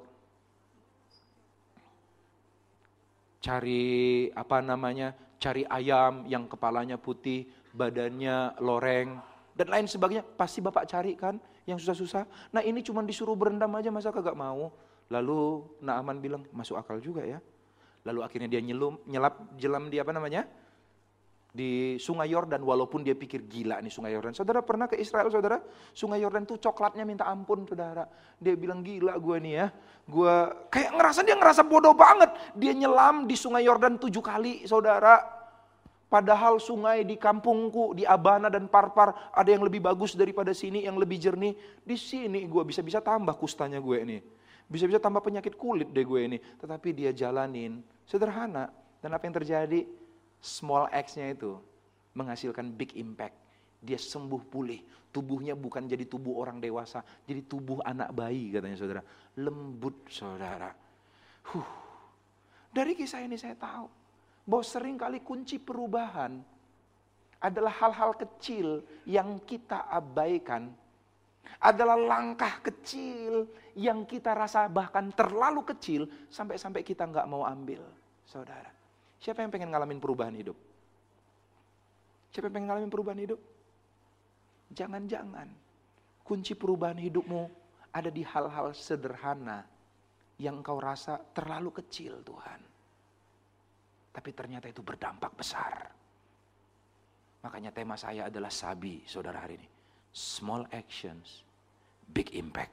cari apa namanya, cari ayam yang kepalanya putih, badannya loreng, dan lain sebagainya, pasti Bapak cari kan yang susah-susah. Nah ini cuma disuruh berendam aja, masa kagak mau?" Lalu Naaman bilang, "Masuk akal juga ya." Lalu akhirnya dia nyelum, nyelap jelam di apa namanya, di sungai Yordan, walaupun dia pikir gila nih sungai Yordan. Saudara pernah ke Israel, saudara? Sungai Yordan tuh coklatnya minta ampun, saudara. Dia bilang, "Gila gue nih ya, gue kayak ngerasa dia ngerasa bodoh banget." Dia nyelam di sungai Yordan tujuh kali, saudara. Padahal sungai di kampungku, di Abana dan Parpar, ada yang lebih bagus daripada sini, yang lebih jernih. Di sini gue bisa-bisa tambah kustanya gue nih. Bisa-bisa tambah penyakit kulit deh gue ini. Tetapi dia jalanin sederhana. Dan apa yang terjadi? Small X-nya itu menghasilkan big impact. Dia sembuh pulih. Tubuhnya bukan jadi tubuh orang dewasa. Jadi tubuh anak bayi, katanya saudara. Lembut, saudara. Huh. Dari kisah ini saya tahu bahwa seringkali kunci perubahan adalah hal-hal kecil yang kita abaikan. adalah langkah kecil yang kita rasa bahkan terlalu kecil sampai-sampai kita nggak mau ambil, saudara. Siapa yang pengen ngalamin perubahan hidup? Siapa yang pengen ngalamin perubahan hidup? Jangan-jangan kunci perubahan hidupmu ada di hal-hal sederhana yang engkau rasa terlalu kecil, Tuhan. Tapi ternyata itu berdampak besar. Makanya tema saya adalah Sabi, saudara, hari ini. Small actions, big impact.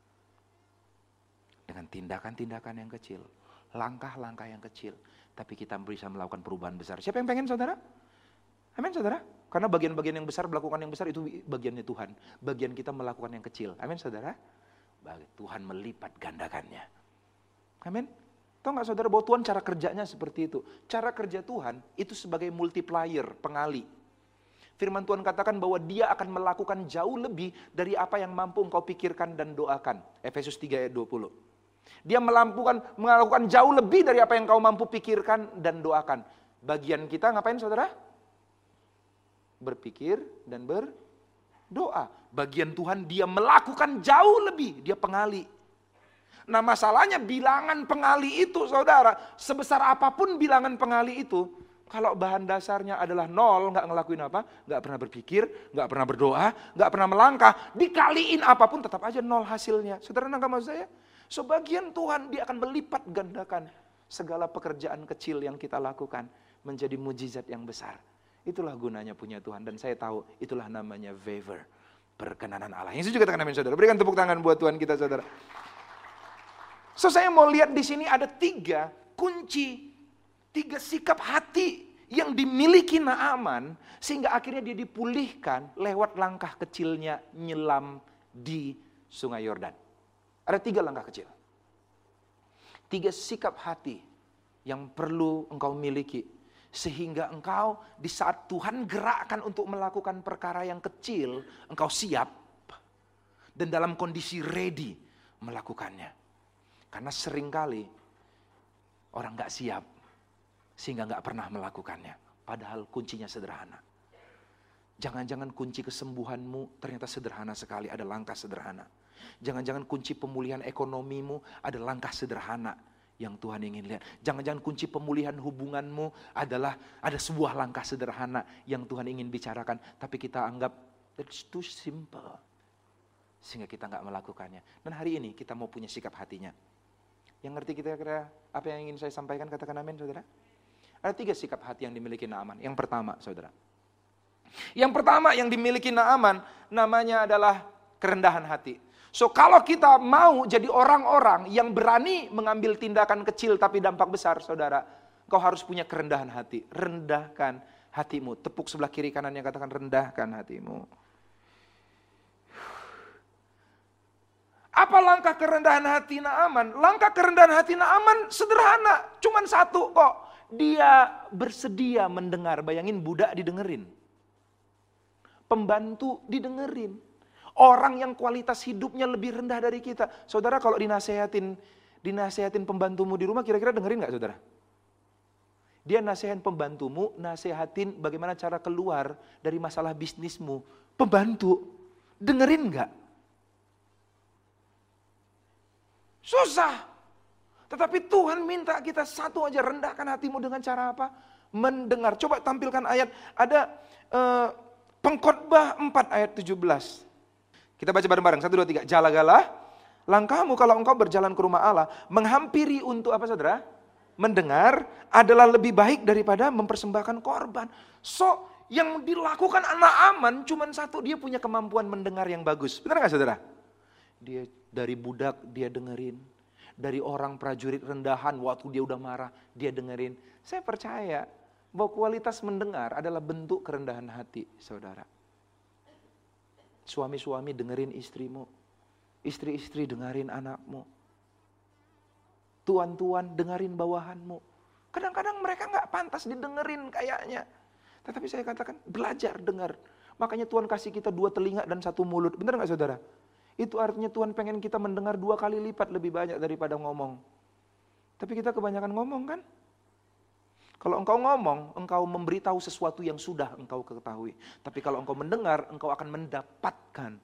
Dengan tindakan-tindakan yang kecil, langkah-langkah yang kecil, tapi kita bisa melakukan perubahan besar. Siapa yang pengen, saudara? Amin, saudara. Karena bagian-bagian yang besar, melakukan yang besar itu bagiannya Tuhan. Bagian kita melakukan yang kecil. Amin, saudara. Tuhan melipat gandakannya. Amin. Tahu nggak, saudara, bahwa Tuhan cara kerjanya seperti itu. Cara kerja Tuhan itu sebagai multiplier, pengali. Firman Tuhan katakan bahwa dia akan melakukan jauh lebih dari apa yang mampu engkau pikirkan dan doakan. Efesus tiga ayat dua puluh. Dia melakukan, melakukan jauh lebih dari apa yang kau mampu pikirkan dan doakan. Bagian kita ngapain, saudara? Berpikir dan berdoa. Bagian Tuhan dia melakukan jauh lebih. Dia pengali. Nah, masalahnya bilangan pengali itu, saudara, sebesar apapun bilangan pengali itu, kalau bahan dasarnya adalah nol, nggak ngelakuin apa, nggak pernah berpikir, nggak pernah berdoa, nggak pernah melangkah, dikaliin apapun tetap aja nol hasilnya. Saudara, nangkap maksud saya? Sebagian Tuhan dia akan melipat gandakan segala pekerjaan kecil yang kita lakukan menjadi mujizat yang besar. Itulah gunanya punya Tuhan, dan saya tahu itulah namanya favor, perkenanan Allah. Yang juga katakan amin, saudara. Berikan tepuk tangan buat Tuhan kita, saudara. So, saya mau lihat di sini ada tiga kunci, tiga sikap hati yang dimiliki Naaman sehingga akhirnya dia dipulihkan lewat langkah kecilnya nyelam di Sungai Yordan. Ada tiga langkah kecil. Tiga sikap hati yang perlu engkau miliki sehingga engkau di saat Tuhan gerakkan untuk melakukan perkara yang kecil, engkau siap dan dalam kondisi ready melakukannya. Karena seringkali orang gak siap sehingga gak pernah melakukannya. Padahal kuncinya sederhana. Jangan-jangan kunci kesembuhanmu ternyata sederhana sekali, ada langkah sederhana. Jangan-jangan kunci pemulihan ekonomimu ada langkah sederhana yang Tuhan ingin lihat. Jangan-jangan kunci pemulihan hubunganmu adalah ada sebuah langkah sederhana yang Tuhan ingin bicarakan. Tapi kita anggap it's too simple. Sehingga kita gak melakukannya. Dan hari ini kita mau punya sikap hatinya. Yang ngerti kita kira apa yang ingin saya sampaikan, katakan amin, saudara. Ada tiga sikap hati yang dimiliki Naaman. Yang pertama, saudara. Yang pertama yang dimiliki Naaman namanya adalah kerendahan hati. So, kalau kita mau jadi orang-orang yang berani mengambil tindakan kecil tapi dampak besar, saudara, kau harus punya kerendahan hati. Rendahkan hatimu. Tepuk sebelah kiri kanannya, katakan rendahkan hatimu. Apa langkah kerendahan hati Naaman? Langkah kerendahan hati Naaman sederhana, cuman satu kok. Dia bersedia mendengar. Bayangin, budak didengerin. Pembantu didengerin. Orang yang kualitas hidupnya lebih rendah dari kita. Saudara, kalau dinasehatin, dinasehatin pembantumu di rumah, kira-kira dengerin gak, saudara? Dia nasehatin pembantumu, nasehatin bagaimana cara keluar dari masalah bisnismu. Pembantu, dengerin gak? Susah. Tetapi Tuhan minta kita satu aja, rendahkan hatimu dengan cara apa? Mendengar. Coba tampilkan ayat. Ada uh, Pengkhotbah empat ayat tujuh belas. Kita baca bareng-bareng. Satu, dua, tiga. Jalagalah langkahmu kalau engkau berjalan ke rumah Allah. Menghampiri untuk apa, saudara? Mendengar adalah lebih baik daripada mempersembahkan korban. So, yang dilakukan Naaman cuma satu. Dia punya kemampuan mendengar yang bagus. Benar gak, saudara? Dia dari budak dia dengerin. Dari orang prajurit rendahan waktu dia udah marah, dia dengerin. Saya percaya bahwa kualitas mendengar adalah bentuk kerendahan hati, saudara. Suami-suami dengerin istrimu. Istri-istri dengerin anakmu. Tuan-tuan dengerin bawahanmu. Kadang-kadang mereka gak pantas didengerin kayaknya. Tetapi saya katakan belajar dengar. Makanya Tuhan kasih kita dua telinga dan satu mulut. Benar gak, saudara? Itu artinya Tuhan pengen kita mendengar dua kali lipat lebih banyak daripada ngomong. Tapi kita kebanyakan ngomong kan? Kalau engkau ngomong, engkau memberitahu sesuatu yang sudah engkau ketahui. Tapi kalau engkau mendengar, engkau akan mendapatkan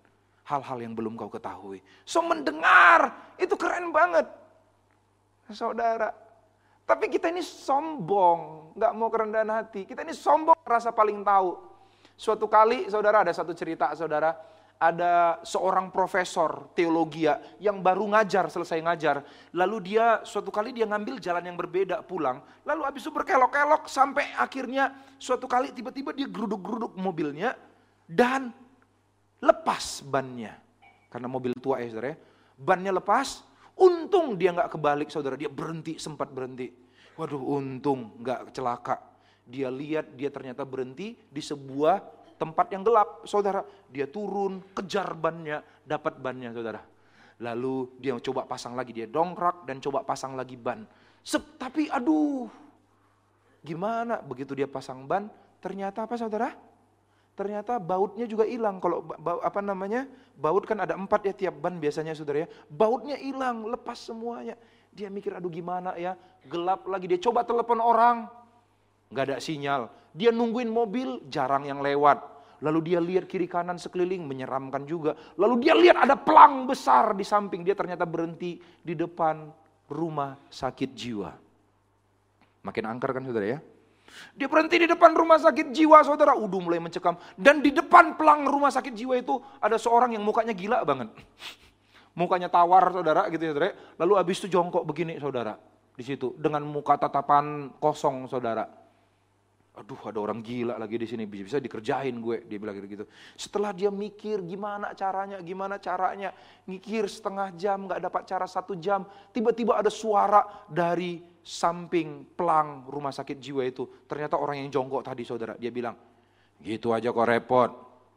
hal-hal yang belum kau ketahui. So mendengar, itu keren banget. Saudara, tapi kita ini sombong, gak mau kerendahan hati. Kita ini sombong, rasa paling tahu. Suatu kali, saudara, ada satu cerita, saudara. Ada seorang profesor teologi yang baru ngajar, selesai ngajar. Lalu dia, suatu kali dia ngambil jalan yang berbeda pulang. Lalu habis itu berkelok-kelok sampai akhirnya suatu kali tiba-tiba dia geruduk-geruduk mobilnya. Dan lepas bannya. Karena mobil tua ya saudara ya. Bannya lepas, untung dia gak kebalik saudara. Dia berhenti, sempat berhenti. Waduh untung gak celaka. Dia lihat dia ternyata berhenti di sebuah tempat yang gelap, saudara. Dia turun, kejar bannya, dapat bannya, saudara. Lalu dia coba pasang lagi, dia dongkrak dan coba pasang lagi ban. Sep, tapi aduh, gimana? Begitu dia pasang ban, ternyata apa, saudara? Ternyata bautnya juga hilang. Kalau apa namanya, baut kan ada empat ya tiap ban biasanya, saudara ya. Bautnya hilang, lepas semuanya. Dia mikir, aduh gimana ya? Gelap lagi. Dia coba telepon orang, nggak ada sinyal. Dia nungguin mobil, jarang yang lewat. Lalu dia lihat kiri kanan sekeliling, menyeramkan juga. Lalu dia lihat ada pelang besar di samping. Dia ternyata berhenti di depan rumah sakit jiwa. Makin angker kan saudara ya? Dia berhenti di depan rumah sakit jiwa saudara. Udah mulai mencekam. Dan di depan pelang rumah sakit jiwa itu ada seorang yang mukanya gila banget. Mukanya tawar saudara gitu ya saudara. Lalu habis itu jongkok begini saudara. Di situ dengan muka tatapan kosong saudara. Aduh ada orang gila lagi di sini, bisa-bisa dikerjain gue, dia bilang gitu. Setelah dia mikir gimana caranya, gimana caranya, mikir setengah jam, gak dapat cara satu jam, tiba-tiba ada suara dari samping pelang rumah sakit jiwa itu. Ternyata orang yang jongkok tadi saudara, dia bilang, gitu aja kok repot.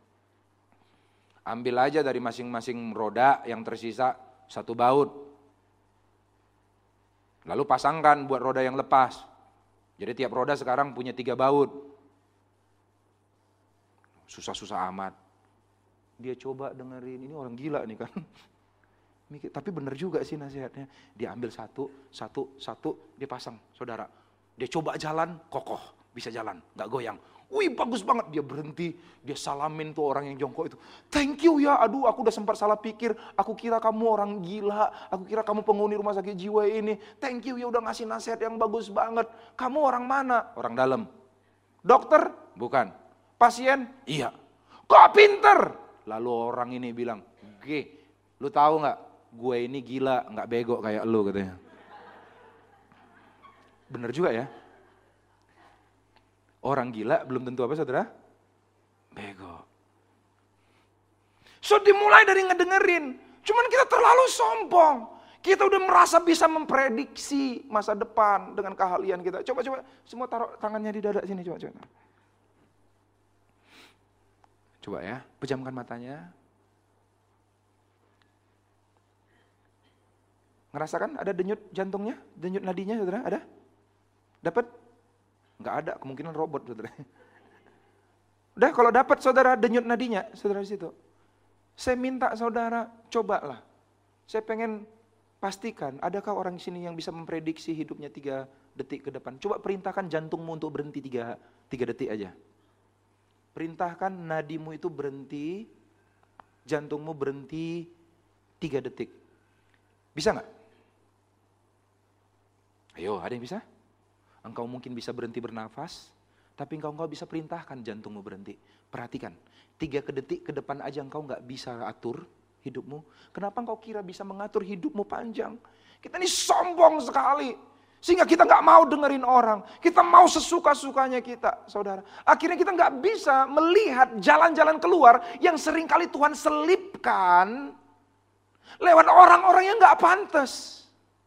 Ambil aja dari masing-masing roda yang tersisa satu baut. Lalu pasangkan buat roda yang lepas. Jadi tiap roda sekarang punya tiga baut. Susah-susah amat. Dia coba dengerin, ini orang gila nih kan. Mikir, tapi benar juga sih nasihatnya. Dia ambil satu, satu, satu, dia pasang saudara. Dia coba jalan, kokoh, bisa jalan, gak goyang. Wih bagus banget, dia berhenti, dia salamin tuh orang yang jongkok itu. Thank you ya, aduh aku udah sempat salah pikir, aku kira kamu orang gila, aku kira kamu penghuni rumah sakit jiwa ini. Thank you ya udah ngasih nasihat yang bagus banget. Kamu orang mana? Orang dalam. Dokter? Bukan. Pasien? Iya. Kok pinter? Lalu orang ini bilang, oke, lu tahu nggak? Gue ini gila, nggak bego kayak lu katanya. Bener juga ya. Orang gila belum tentu apa saudara? Bego. So dimulai dari ngedengerin. Cuman kita terlalu sombong. Kita udah merasa bisa memprediksi masa depan dengan keahlian kita. Coba-coba semua taruh tangannya di dada sini. Coba-coba. Coba ya, pejamkan matanya. Ngerasakan ada denyut jantungnya? Denyut nadinya saudara? Ada? Dapat? Enggak ada, kemungkinan robot saudara. Udah kalau dapat saudara denyut nadinya, saudara di situ. Saya minta saudara, cobalah. Saya pengen pastikan, adakah orang sini yang bisa memprediksi hidupnya tiga detik ke depan. Coba perintahkan jantungmu untuk berhenti tiga, tiga detik aja. Perintahkan nadimu itu berhenti, jantungmu berhenti tiga detik. Bisa nggak? Ayo, ada yang bisa? Engkau mungkin bisa berhenti bernafas, tapi engkau engkau bisa perintahkan jantungmu berhenti. Perhatikan, tiga detik ke depan aja engkau nggak bisa atur hidupmu. Kenapa engkau kira bisa mengatur hidupmu panjang? Kita ini sombong sekali, sehingga kita nggak mau dengerin orang. Kita mau sesuka-sukanya kita, saudara. Akhirnya kita nggak bisa melihat jalan-jalan keluar yang seringkali Tuhan selipkan lewat orang-orang yang nggak pantas.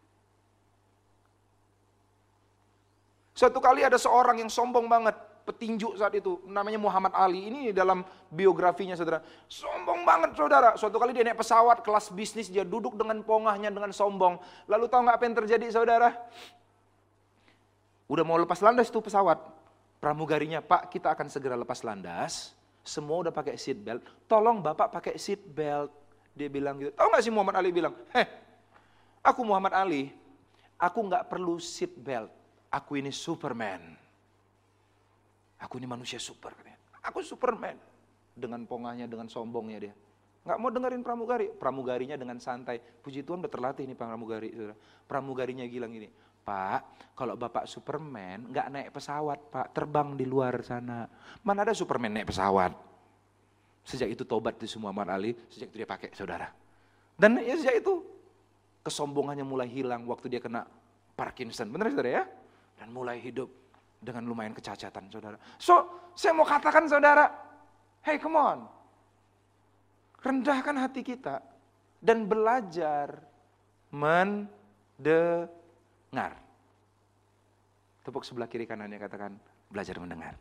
Suatu kali ada seorang yang sombong banget, petinju saat itu, namanya Muhammad Ali. Ini dalam biografinya saudara. Sombong banget saudara. Suatu kali dia naik pesawat kelas bisnis, dia duduk dengan pongahnya, dengan sombong. Lalu tahu nggak apa yang terjadi saudara? Udah mau lepas landas tuh pesawat. Pramugarinya, Pak kita akan segera lepas landas. Semua udah pakai seat belt. Tolong Bapak pakai seat belt. Dia bilang gitu. Tahu nggak sih Muhammad Ali bilang? Heh, aku Muhammad Ali. Aku nggak perlu seat belt. Aku ini Superman. Aku ini manusia super. Aku Superman. Dengan pongahnya, dengan sombongnya dia. Nggak mau dengerin pramugari. Pramugarinya dengan santai. Puji Tuhan udah terlatih nih pramugari. Saudara. Pramugarinya bilang gini, Pak, kalau Bapak Superman nggak naik pesawat, Pak, terbang di luar sana. Mana ada Superman naik pesawat? Sejak itu tobat di semua Muhammad Ali, sejak itu dia pakai, saudara. Dan ya sejak itu kesombongannya mulai hilang waktu dia kena Parkinson, benar saudara ya? Dan mulai hidup dengan lumayan kecacatan, saudara. So, saya mau katakan saudara, hey come on, rendahkan hati kita dan belajar mendengar. Tepuk sebelah kiri kanannya, katakan belajar mendengar.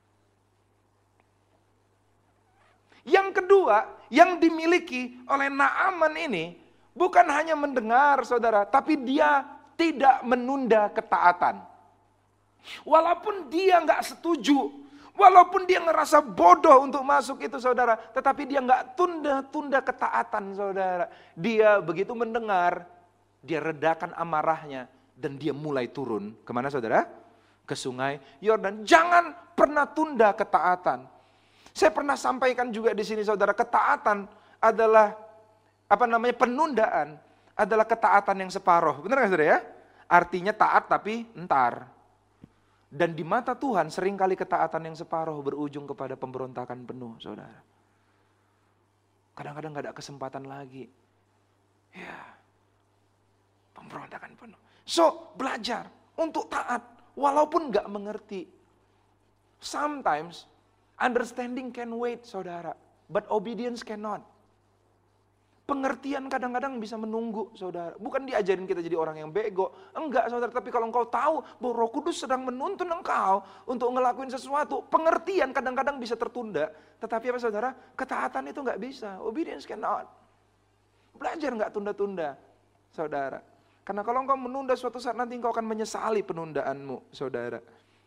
Yang kedua, yang dimiliki oleh Naaman ini bukan hanya mendengar saudara, tapi dia tidak menunda ketaatan. Walaupun dia nggak setuju, walaupun dia ngerasa bodoh untuk masuk itu saudara, tetapi dia nggak tunda-tunda ketaatan saudara. Dia begitu mendengar, dia redakan amarahnya, dan dia mulai turun. Kemana saudara? Ke sungai Yordan. Jangan pernah tunda ketaatan. Saya pernah sampaikan juga di sini saudara, ketaatan adalah apa namanya penundaan adalah ketaatan yang separuh. Benar nggak saudara ya? Artinya taat tapi entar. Dan di mata Tuhan seringkali ketaatan yang separuh berujung kepada pemberontakan penuh saudara. Kadang-kadang gak ada kesempatan lagi. Ya, pemberontakan penuh. So, belajar untuk taat, walaupun gak mengerti. Sometimes, understanding can wait, saudara. But obedience cannot. Pengertian kadang-kadang bisa menunggu, saudara. Bukan diajarin kita jadi orang yang bego. Enggak, saudara. Tapi kalau engkau tahu bahwa Roh Kudus sedang menuntun engkau untuk ngelakuin sesuatu, pengertian kadang-kadang bisa tertunda. Tetapi apa, saudara? Ketaatan itu enggak bisa. Obedience cannot. Belajar enggak tunda-tunda, saudara. Karena kalau engkau menunda suatu saat nanti engkau akan menyesali penundaanmu, saudara.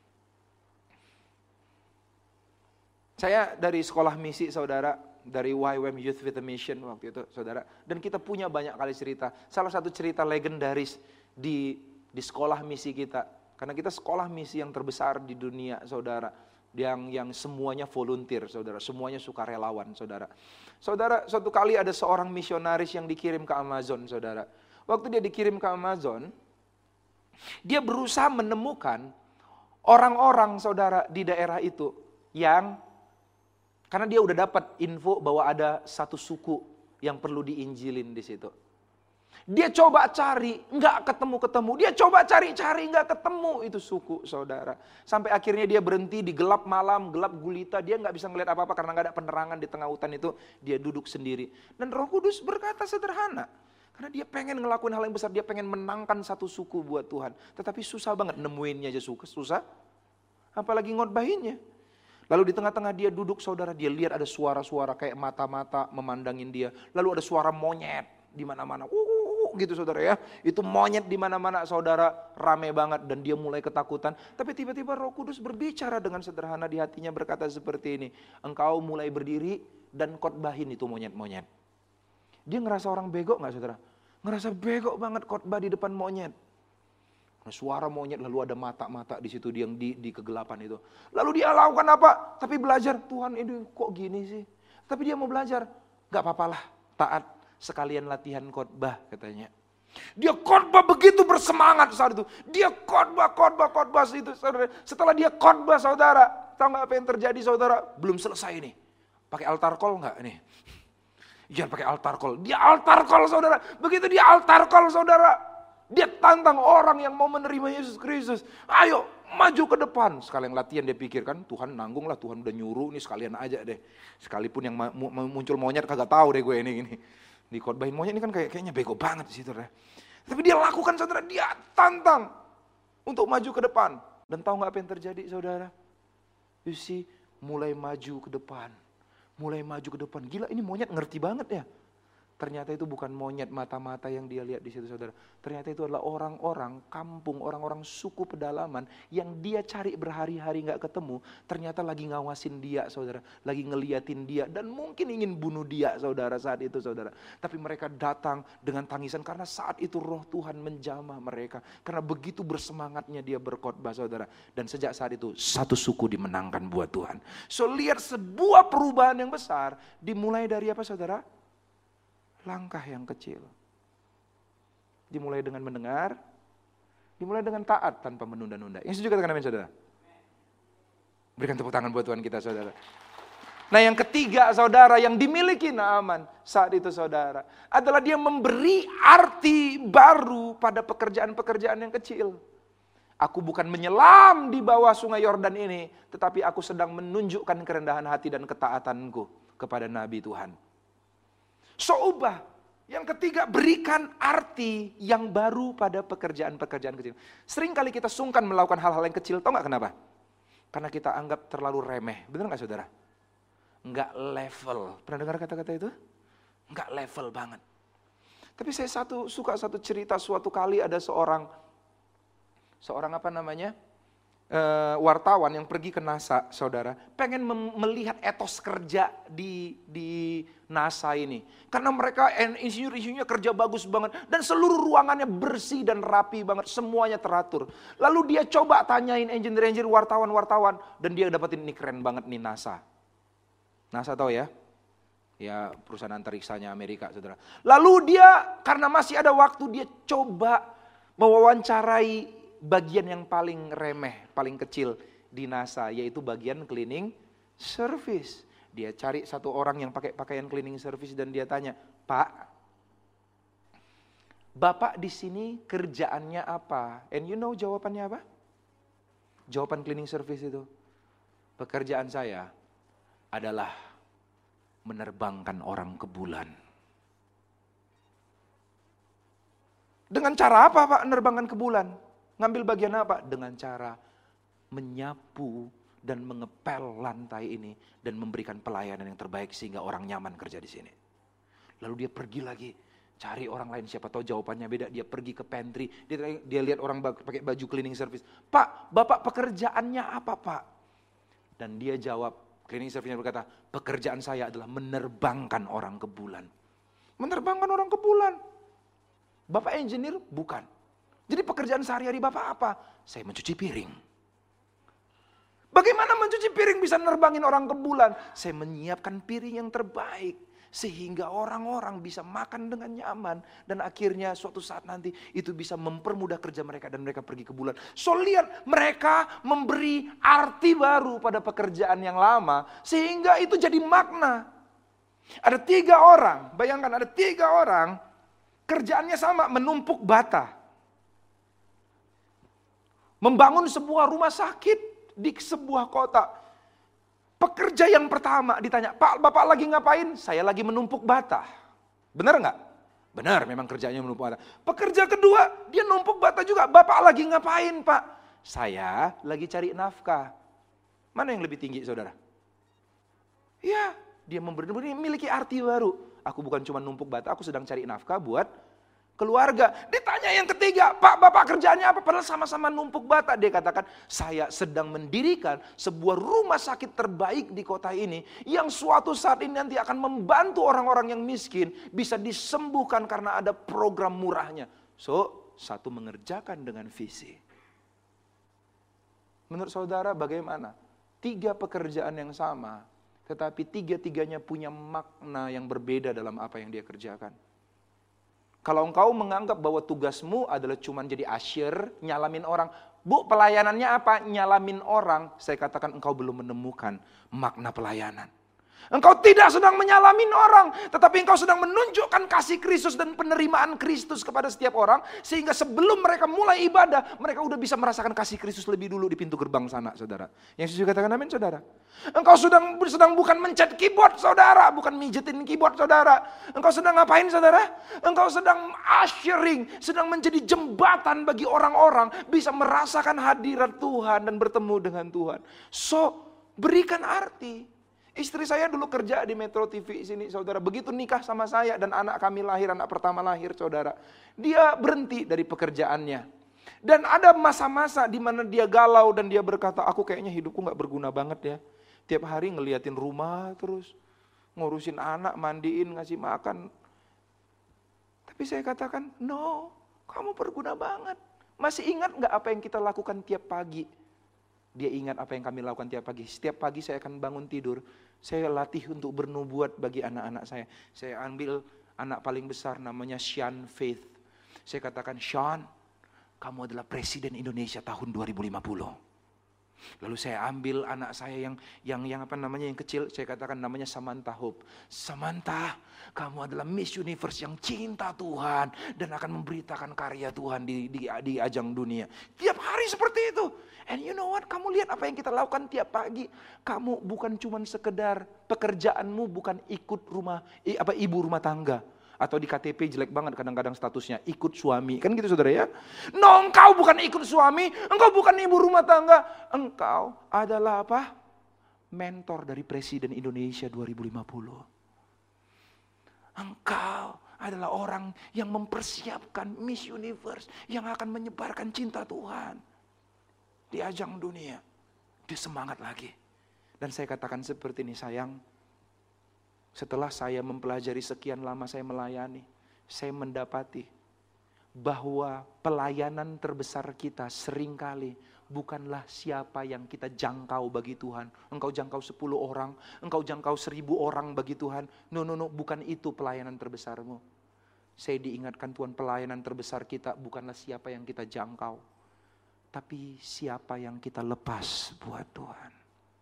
Saya dari sekolah misi, saudara, dari Y W M Youth with a Mission waktu itu, saudara. Dan kita punya banyak kali cerita. Salah satu cerita legendaris di di sekolah misi kita. Karena kita sekolah misi yang terbesar di dunia, saudara. Yang yang semuanya volunteer, saudara. Semuanya sukarelawan, saudara. Saudara, suatu kali ada seorang misionaris yang dikirim ke Amazon, saudara. Waktu dia dikirim ke Amazon, dia berusaha menemukan orang-orang, saudara, di daerah itu yang, karena dia udah dapat info bahwa ada satu suku yang perlu diinjilin di situ. Dia coba cari, nggak ketemu-ketemu. Dia coba cari-cari, nggak ketemu itu suku, saudara. Sampai akhirnya dia berhenti di gelap malam, gelap gulita. Dia nggak bisa ngeliat apa-apa karena nggak ada penerangan di tengah hutan itu. Dia duduk sendiri. Dan Roh Kudus berkata sederhana. Karena dia pengen ngelakuin hal yang besar, dia pengen menangkan satu suku buat Tuhan. Tetapi susah banget nemuinnya aja suka, susah. Apalagi ngotbahinnya. Lalu di tengah-tengah dia duduk, saudara, dia lihat ada suara-suara kayak mata-mata memandangin dia. Lalu ada suara monyet di mana-mana. Uh, gitu saudara ya. Itu monyet di mana-mana, saudara, rame banget dan dia mulai ketakutan. Tapi tiba-tiba Roh Kudus berbicara dengan sederhana di hatinya berkata seperti ini. Engkau mulai berdiri dan khotbahin itu monyet-monyet. Dia ngerasa orang bego gak, saudara? Ngerasa bego banget khotbah di depan monyet. Nah, suara monyet, lalu ada mata-mata di situ yang di, di kegelapan itu. Lalu dia lakukan apa? Tapi belajar, Tuhan ini kok gini sih? Tapi dia mau belajar, gak apa-apalah, taat, sekalian latihan khotbah katanya. Dia khotbah begitu bersemangat saat itu. Dia khotbah, khotbah, khotbah itu, saudara. Setelah dia khotbah, saudara, tahu gak apa yang terjadi, saudara? Belum selesai nih. Pakai altar call gak nih? Jangan pakai altar call. Dia altar call, saudara. Begitu dia altar call, saudara, dia tantang orang yang mau menerima Yesus Kristus. Ayo, maju ke depan. Sekalian latihan dia pikirkan, Tuhan nanggung lah, Tuhan udah nyuruh, nih sekalian aja deh. Sekalipun yang muncul monyet kagak tahu deh gue ini. ini. Di khotbahin monyet ini kan kayak, kayaknya bego banget sih, saudara. Tapi dia lakukan, saudara, dia tantang untuk maju ke depan. Dan tahu gak apa yang terjadi, saudara? You see, mulai maju ke depan. Mulai maju ke depan. Gila, ini monyet ngerti banget ya. Ternyata itu bukan monyet mata-mata yang dia lihat di situ, saudara. Ternyata itu adalah orang-orang kampung, orang-orang suku pedalaman yang dia cari berhari-hari gak ketemu. Ternyata lagi ngawasin dia, saudara. Lagi ngeliatin dia dan mungkin ingin bunuh dia, saudara, saat itu, saudara. Tapi mereka datang dengan tangisan karena saat itu Roh Tuhan menjamah mereka. Karena begitu bersemangatnya dia berkhotbah, saudara. Dan sejak saat itu satu suku dimenangkan buat Tuhan. So lihat sebuah perubahan yang besar dimulai dari apa, saudara? langkah yang kecil. Dimulai dengan mendengar, dimulai dengan taat tanpa menunda-nunda. Yang setuju katakan amin, saudara. Berikan tepuk tangan buat Tuhan kita, saudara. Nah yang ketiga, saudara, yang dimiliki Naaman saat itu, saudara, adalah dia memberi arti baru pada pekerjaan-pekerjaan yang kecil. Aku bukan menyelam di bawah sungai Yordan ini, tetapi aku sedang menunjukkan kerendahan hati dan ketaatanku kepada Nabi Tuhan. So ubah. Yang ketiga, berikan arti yang baru pada pekerjaan-pekerjaan kecil. Sering kali kita sungkan melakukan hal-hal yang kecil, tahu gak kenapa? Karena kita anggap terlalu remeh, benar gak saudara? Enggak level, pernah dengar kata-kata itu? Enggak level banget. Tapi saya satu suka satu cerita, suatu kali ada seorang, seorang apa namanya, Uh, wartawan yang pergi ke NASA, saudara, pengen mem- melihat etos kerja di di NASA ini, karena mereka insinyur-insinyurnya kerja bagus banget dan seluruh ruangannya bersih dan rapi banget, semuanya teratur. Lalu dia coba tanyain engineer-engineer, wartawan-wartawan, dan dia dapetin ini keren banget nih NASA. NASA tahu ya? Ya perusahaan antariksanya Amerika, saudara. Lalu dia karena masih ada waktu, dia coba mewawancarai bagian yang paling remeh, paling kecil di NASA, yaitu bagian cleaning service. Dia cari satu orang yang pakai pakaian cleaning service dan dia tanya, Pak, Bapak di sini kerjaannya apa? And you know jawabannya apa? Jawaban cleaning service itu, pekerjaan saya adalah menerbangkan orang ke bulan. Dengan cara apa Pak menerbangkan ke bulan? Ngambil bagian apa? Dengan cara menyapu dan mengepel lantai ini dan memberikan pelayanan yang terbaik sehingga orang nyaman kerja di sini. Lalu dia pergi lagi cari orang lain, siapa tahu jawabannya beda. Dia pergi ke pantry, dia, dia lihat orang pakai baju cleaning service. Pak, Bapak pekerjaannya apa Pak? Dan dia jawab, cleaning service berkata, pekerjaan saya adalah menerbangkan orang ke bulan. Menerbangkan orang ke bulan. Bapak engineer? Bukan. Jadi pekerjaan sehari-hari Bapak apa? Saya mencuci piring. Bagaimana mencuci piring bisa nerbangin orang ke bulan? Saya menyiapkan piring yang terbaik. Sehingga orang-orang bisa makan dengan nyaman. Dan akhirnya suatu saat nanti itu bisa mempermudah kerja mereka dan mereka pergi ke bulan. So lihat, mereka memberi arti baru pada pekerjaan yang lama. Sehingga itu jadi makna. Ada tiga orang, bayangkan ada tiga orang. Kerjaannya sama, menumpuk bata. Membangun sebuah rumah sakit di sebuah kota. Pekerja yang pertama ditanya, Pak, Bapak lagi ngapain? Saya lagi menumpuk bata. Benar nggak? Benar, memang kerjanya menumpuk bata. Pekerja kedua, dia numpuk bata juga. Bapak lagi ngapain, Pak? Saya lagi cari nafkah. Mana yang lebih tinggi, saudara? Ya, dia memberi, memiliki arti baru. Aku bukan cuma numpuk bata, aku sedang cari nafkah buat keluarga. Ditanya yang ketiga, Pak, Bapak kerjaannya apa? Padahal sama-sama numpuk bata. Dia katakan, saya sedang mendirikan sebuah rumah sakit terbaik di kota ini, yang suatu saat ini nanti akan membantu orang-orang yang miskin bisa disembuhkan karena ada program murahnya. So, satu mengerjakan dengan visi. Menurut saudara bagaimana? Tiga pekerjaan yang sama, tetapi tiga-tiganya punya makna yang berbeda dalam apa yang dia kerjakan. Kalau engkau menganggap bahwa tugasmu adalah cuma jadi asyir, nyalamin orang. Bu, pelayanannya apa? Nyalamin orang. Saya katakan engkau belum menemukan makna pelayanan. Engkau tidak sedang menyalamin orang, tetapi engkau sedang menunjukkan kasih Kristus dan penerimaan Kristus kepada setiap orang, sehingga sebelum mereka mulai ibadah, mereka udah bisa merasakan kasih Kristus lebih dulu di pintu gerbang sana, saudara. Yang setuju katakan amin, saudara. Engkau sedang sedang bukan mencet keyboard, saudara, bukan mijetin keyboard, saudara. Engkau sedang ngapain, saudara? Engkau sedang ushering, sedang menjadi jembatan bagi orang-orang bisa merasakan hadirat Tuhan dan bertemu dengan Tuhan. So, berikan arti. Istri saya dulu kerja di Metro T V sini, saudara. Begitu nikah sama saya dan anak kami lahir, anak pertama lahir, saudara. Dia berhenti dari pekerjaannya. Dan ada masa-masa di mana dia galau dan dia berkata, aku kayaknya hidupku gak berguna banget ya. Tiap hari ngeliatin rumah terus, ngurusin anak, mandiin, ngasih makan. Tapi saya katakan, no, kamu berguna banget. Masih ingat gak apa yang kita lakukan tiap pagi? Dia ingat apa yang kami lakukan tiap pagi. Setiap pagi saya akan bangun tidur, saya latih untuk bernubuat bagi anak-anak saya. Saya ambil anak paling besar namanya Sean Faith. Saya katakan, Sean, kamu adalah Presiden Indonesia tahun dua ribu lima puluh. Lalu saya ambil anak saya yang yang yang apa namanya yang kecil, saya katakan namanya Samantha Hope. Samantha, kamu adalah Miss Universe yang cinta Tuhan dan akan memberitakan karya Tuhan di di, di ajang dunia. Tiap hari seperti itu. And you know what? Kamu lihat apa yang kita lakukan tiap pagi. Kamu bukan cuma sekedar pekerjaanmu bukan ikut rumah i, apa ibu rumah tangga. Atau di K T P jelek banget kadang-kadang statusnya, ikut suami. Kan gitu saudara ya. No, engkau bukan ikut suami, engkau bukan ibu rumah tangga. Engkau adalah apa? Mentor dari Presiden Indonesia dua ribu lima puluh. Engkau adalah orang yang mempersiapkan Miss Universe yang akan menyebarkan cinta Tuhan di ajang dunia. Dia semangat lagi. Dan saya katakan seperti ini, sayang. Setelah saya mempelajari sekian lama saya melayani, saya mendapati bahwa pelayanan terbesar kita seringkali bukanlah siapa yang kita jangkau bagi Tuhan. Engkau jangkau sepuluh orang, engkau jangkau seribu orang bagi Tuhan. No, no, no, bukan itu pelayanan terbesarmu. Saya diingatkan Tuhan, pelayanan terbesar kita bukanlah siapa yang kita jangkau, tapi siapa yang kita lepas buat Tuhan.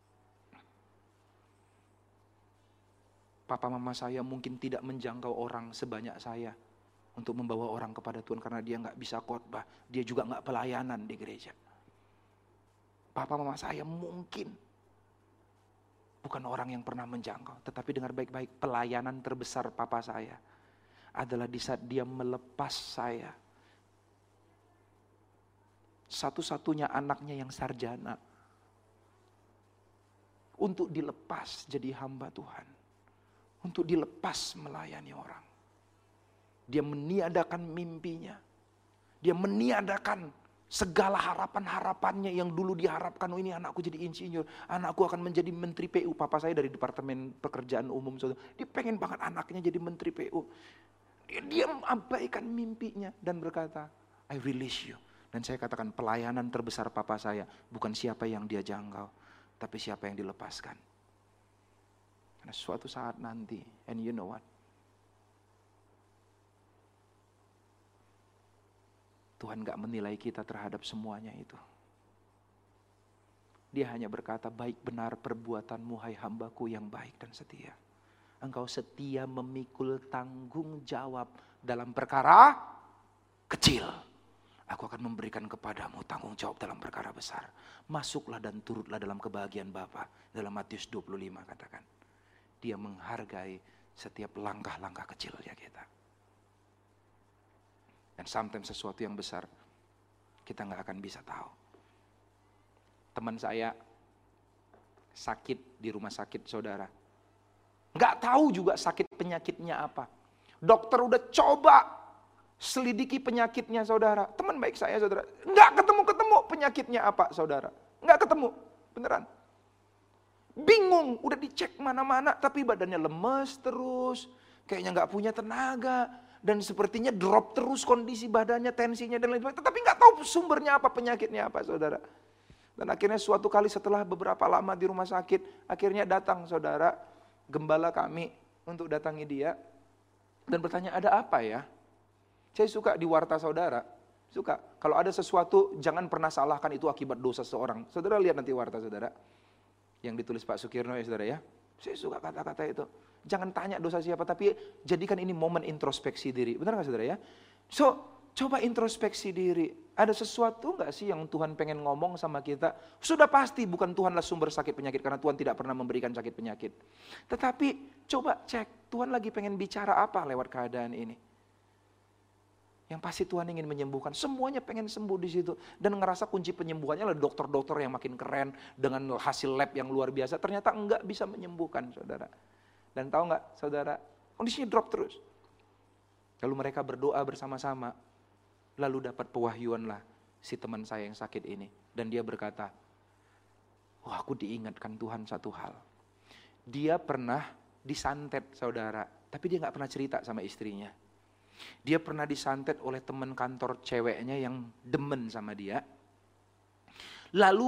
Papa mama saya mungkin tidak menjangkau orang sebanyak saya untuk membawa orang kepada Tuhan karena dia nggak bisa khotbah, dia juga nggak pelayanan di gereja. Papa mama saya mungkin bukan orang yang pernah menjangkau, tetapi dengar baik-baik, pelayanan terbesar papa saya adalah di saat dia melepas saya, satu-satunya anaknya yang sarjana, untuk dilepas jadi hamba Tuhan. Untuk dilepas melayani orang. Dia meniadakan mimpinya. Dia meniadakan segala harapan-harapannya yang dulu diharapkan. Oh, ini anakku jadi insinyur, anakku akan menjadi menteri P U. Papa saya dari Departemen Pekerjaan Umum. Dia pengen banget anaknya jadi menteri P U. Dia, dia mengabaikan mimpinya dan berkata, I release you. Dan saya katakan pelayanan terbesar papa saya bukan siapa yang dia jangkau, tapi siapa yang dilepaskan. Nah, suatu saat nanti, and you know what? Tuhan gak menilai kita terhadap semuanya itu. Dia hanya berkata, baik benar perbuatanmu hai hambaku yang baik dan setia. Engkau setia memikul tanggung jawab dalam perkara kecil. Aku akan memberikan kepadamu tanggung jawab dalam perkara besar. Masuklah dan turutlah dalam kebahagiaan Bapa. Dalam Matius dua puluh lima katakan. Dia menghargai setiap langkah-langkah kecilnya kita. Dan sometimes sesuatu yang besar, kita gak akan bisa tahu. Teman saya sakit di rumah sakit saudara. Gak tahu juga sakit penyakitnya apa. Dokter udah coba selidiki penyakitnya saudara. Teman baik saya saudara. Gak ketemu-ketemu penyakitnya apa saudara. Gak ketemu, beneran. Bingung, udah dicek mana-mana, tapi badannya lemes terus, kayaknya nggak punya tenaga, dan sepertinya drop terus kondisi badannya, tensinya dan lain-lain. Tetapi nggak tahu sumbernya apa, penyakitnya apa, saudara. Dan akhirnya suatu kali setelah beberapa lama di rumah sakit, akhirnya datang saudara, gembala kami untuk datangi dia, dan bertanya ada apa ya? Saya suka di warta saudara, suka. Kalau ada sesuatu, jangan pernah salahkan itu akibat dosa seseorang. Saudara lihat nanti warta saudara. Yang ditulis Pak Sukirno ya saudara ya. Saya suka kata-kata itu. Jangan tanya dosa siapa, tapi jadikan ini momen introspeksi diri. Benar gak saudara ya? So, coba introspeksi diri. Ada sesuatu gak sih yang Tuhan pengen ngomong sama kita? Sudah pasti bukan Tuhanlah sumber sakit penyakit, karena Tuhan tidak pernah memberikan sakit penyakit. Tetapi coba cek, Tuhan lagi pengen bicara apa lewat keadaan ini? Yang pasti Tuhan ingin menyembuhkan. Semuanya pengen sembuh di situ. Dan ngerasa kunci penyembuhannya adalah dokter-dokter yang makin keren. Dengan hasil lab yang luar biasa. Ternyata enggak bisa menyembuhkan saudara. Dan tahu enggak saudara, kondisinya drop terus. Lalu mereka berdoa bersama-sama. Lalu dapat pewahyuan lah si teman saya yang sakit ini. Dan dia berkata, wah aku diingatkan Tuhan satu hal. Dia pernah disantet saudara. Tapi dia gak pernah cerita sama istrinya. Dia pernah disantet oleh teman kantor ceweknya yang demen sama dia. Lalu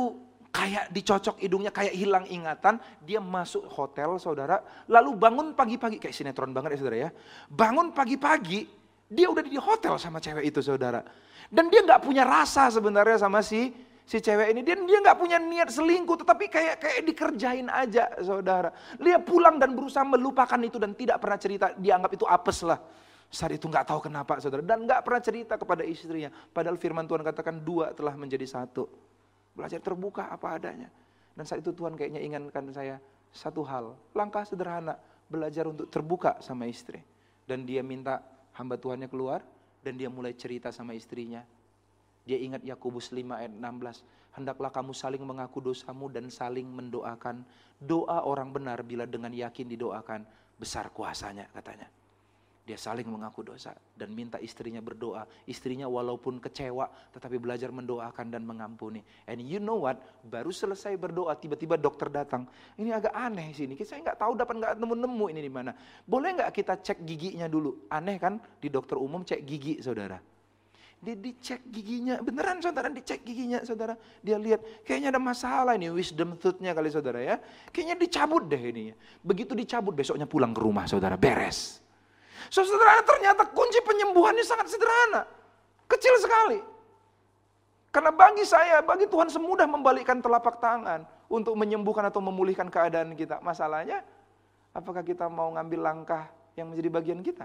kayak dicocok hidungnya, kayak hilang ingatan. Dia masuk hotel saudara, lalu bangun pagi-pagi, kayak sinetron banget ya saudara ya. Bangun pagi-pagi, dia udah di hotel sama cewek itu saudara. Dan dia gak punya rasa sebenarnya sama si si cewek ini. Dia dia gak punya niat selingkuh, tetapi kayak kayak dikerjain aja saudara. Dia pulang dan berusaha melupakan itu dan tidak pernah cerita, dianggap itu apes lah. Saat itu gak tahu kenapa saudara, dan gak pernah cerita kepada istrinya. Padahal firman Tuhan katakan dua telah menjadi satu. Belajar terbuka apa adanya. Dan saat itu Tuhan kayaknya ingatkan saya satu hal. Langkah sederhana. Belajar untuk terbuka sama istri. Dan dia minta hamba Tuhannya keluar. Dan dia mulai cerita sama istrinya. Dia ingat Yakobus lima ayat enam belas. Hendaklah kamu saling mengaku dosamu dan saling mendoakan. Doa orang benar bila dengan yakin didoakan. Besar kuasanya katanya. Dia saling mengaku dosa dan minta istrinya berdoa. Istrinya walaupun kecewa tetapi belajar mendoakan dan mengampuni. And you know what? Baru selesai berdoa tiba-tiba dokter datang. Ini agak aneh sini. Saya nggak tahu dapat nggak nemu-nemu ini di mana. Boleh nggak kita cek giginya dulu? Aneh kan di dokter umum cek gigi saudara. Dia dicek giginya, beneran saudara dicek giginya saudara. Dia lihat kayaknya ada masalah ini wisdom tooth-nya kali saudara ya. Kayaknya dicabut deh ininya. Begitu dicabut besoknya pulang ke rumah saudara beres. So, saudara, ternyata kunci penyembuhannya sangat sederhana. Kecil sekali. Karena bagi saya, bagi Tuhan semudah membalikkan telapak tangan untuk menyembuhkan atau memulihkan keadaan kita. Masalahnya, apakah kita mau ngambil langkah yang menjadi bagian kita?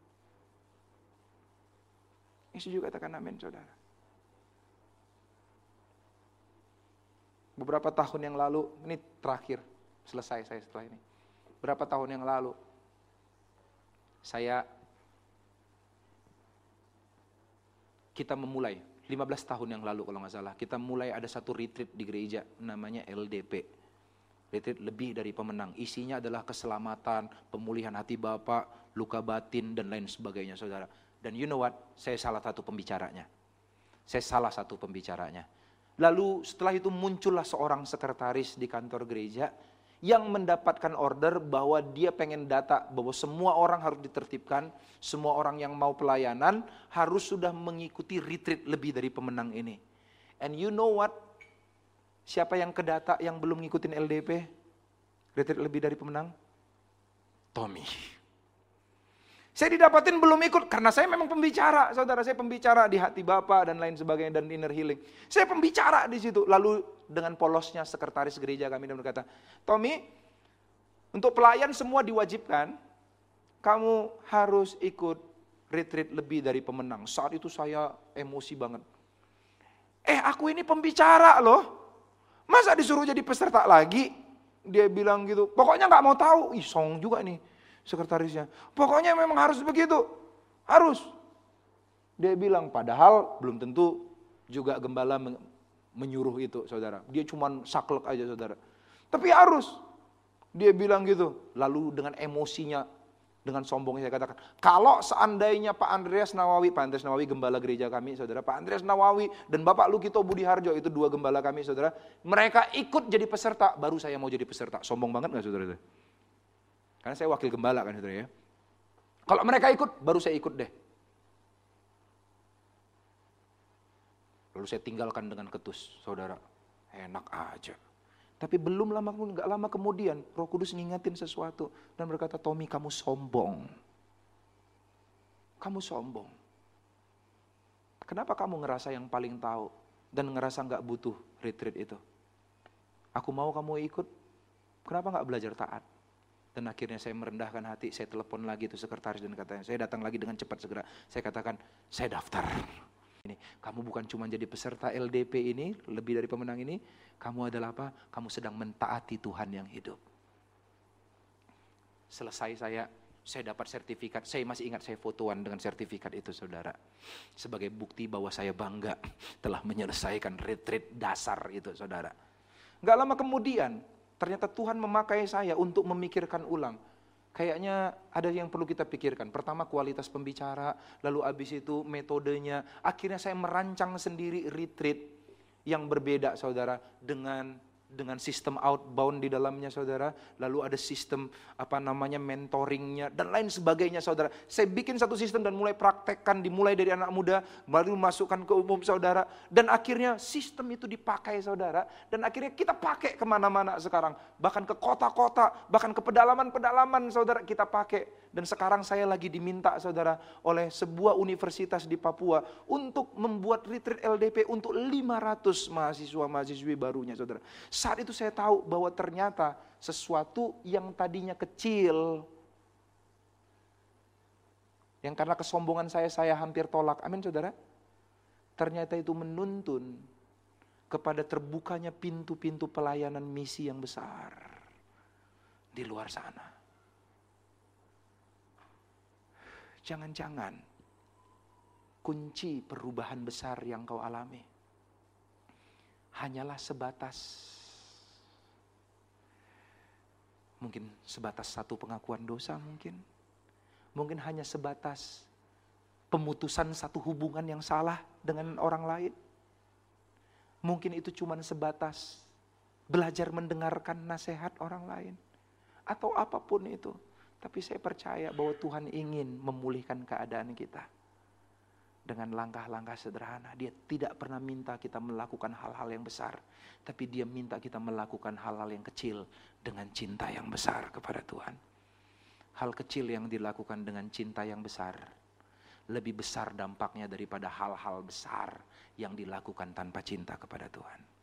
Yesus juga katakan amin, saudara. Beberapa tahun yang lalu, ini terakhir, selesai saya setelah ini. Beberapa tahun yang lalu, Saya, kita memulai, lima belas tahun yang lalu kalau nggak salah, kita mulai ada satu retreat di gereja, namanya L D P. Retreat lebih dari pemenang, isinya adalah keselamatan, pemulihan hati Bapak, luka batin, dan lain sebagainya saudara. Dan you know what, saya salah satu pembicaranya. Saya salah satu pembicaranya. Lalu setelah itu muncullah seorang sekretaris di kantor gereja, yang mendapatkan order bahwa dia pengen data bahwa semua orang harus ditertibkan, semua orang yang mau pelayanan harus sudah mengikuti retreat lebih dari pemenang ini. And you know what? Siapa yang kedata yang belum ngikutin L D P? Retreat lebih dari pemenang? Tommy. Saya didapatin belum ikut karena saya memang pembicara, saudara, saya pembicara di hati Bapak dan lain sebagainya dan inner healing. Saya pembicara di situ. Lalu dengan polosnya sekretaris gereja kami dan berkata, Tommy, untuk pelayan semua diwajibkan, kamu harus ikut retreat lebih dari pemenang. Saat itu saya emosi banget. Eh, aku ini pembicara loh, masa disuruh jadi peserta lagi? Dia bilang gitu. Pokoknya nggak mau tahu. Ih, song juga nih sekretarisnya. Pokoknya memang harus begitu. Harus. Dia bilang, padahal belum tentu juga gembala menyuruh itu, saudara. Dia cuma saklek aja, saudara. Tapi harus. Dia bilang gitu. Lalu dengan emosinya, dengan sombongnya saya katakan, kalau seandainya Pak Andreas Nawawi, Pak Andreas Nawawi gembala gereja kami, saudara, Pak Andreas Nawawi dan Bapak Lukito Budiharjo, itu dua gembala kami, saudara, mereka ikut jadi peserta, baru saya mau jadi peserta. Sombong banget gak, saudara? Karena saya wakil gembala kan, saudara ya. Kalau mereka ikut, baru saya ikut deh. Lalu saya tinggalkan dengan ketus, saudara. Enak aja. Tapi belum lama, nggak lama kemudian, Roh Kudus ngingetin sesuatu dan berkata, Tommy, kamu sombong. Kamu sombong. Kenapa kamu ngerasa yang paling tahu dan ngerasa nggak butuh retreat itu? Aku mau kamu ikut. Kenapa nggak belajar taat? Dan akhirnya saya merendahkan hati, saya telepon lagi itu sekretaris dan katanya, saya datang lagi dengan cepat segera. Saya katakan, saya daftar. Ini, kamu bukan cuma jadi peserta L D P ini, lebih dari pemenang ini, kamu adalah apa? Kamu sedang mentaati Tuhan yang hidup. Selesai saya, saya dapat sertifikat, saya masih ingat saya fotoan dengan sertifikat itu, saudara. Sebagai bukti bahwa saya bangga telah menyelesaikan retreat dasar itu, saudara. Gak lama kemudian, ternyata Tuhan memakai saya untuk memikirkan ulang. Kayaknya ada yang perlu kita pikirkan. Pertama kualitas pembicara, lalu abis itu metodenya. Akhirnya saya merancang sendiri retreat yang berbeda, saudara, dengan dengan sistem outbound di dalamnya saudara, lalu ada sistem apa namanya mentoringnya dan lain sebagainya saudara. Saya bikin satu sistem dan mulai praktekkan, dimulai dari anak muda, baru masukkan ke umum saudara, dan akhirnya sistem itu dipakai saudara, dan akhirnya kita pakai kemana-mana sekarang, bahkan ke kota-kota, bahkan ke pedalaman-pedalaman saudara kita pakai. Dan sekarang saya lagi diminta saudara oleh sebuah universitas di Papua untuk membuat retreat L D P untuk lima ratus mahasiswa-mahasiswi barunya saudara. Saat itu saya tahu bahwa ternyata sesuatu yang tadinya kecil, yang karena kesombongan saya, saya hampir tolak, amin saudara. Ternyata itu menuntun kepada terbukanya pintu-pintu pelayanan misi yang besar di luar sana. Jangan-jangan kunci perubahan besar yang kau alami hanyalah sebatas, mungkin sebatas satu pengakuan dosa mungkin. Mungkin hanya sebatas pemutusan satu hubungan yang salah dengan orang lain. Mungkin itu cuma sebatas belajar mendengarkan nasihat orang lain. Atau apapun itu. Tapi saya percaya bahwa Tuhan ingin memulihkan keadaan kita dengan langkah-langkah sederhana. Dia tidak pernah minta kita melakukan hal-hal yang besar, tapi Dia minta kita melakukan hal-hal yang kecil dengan cinta yang besar kepada Tuhan. Hal kecil yang dilakukan dengan cinta yang besar lebih besar dampaknya daripada hal-hal besar yang dilakukan tanpa cinta kepada Tuhan.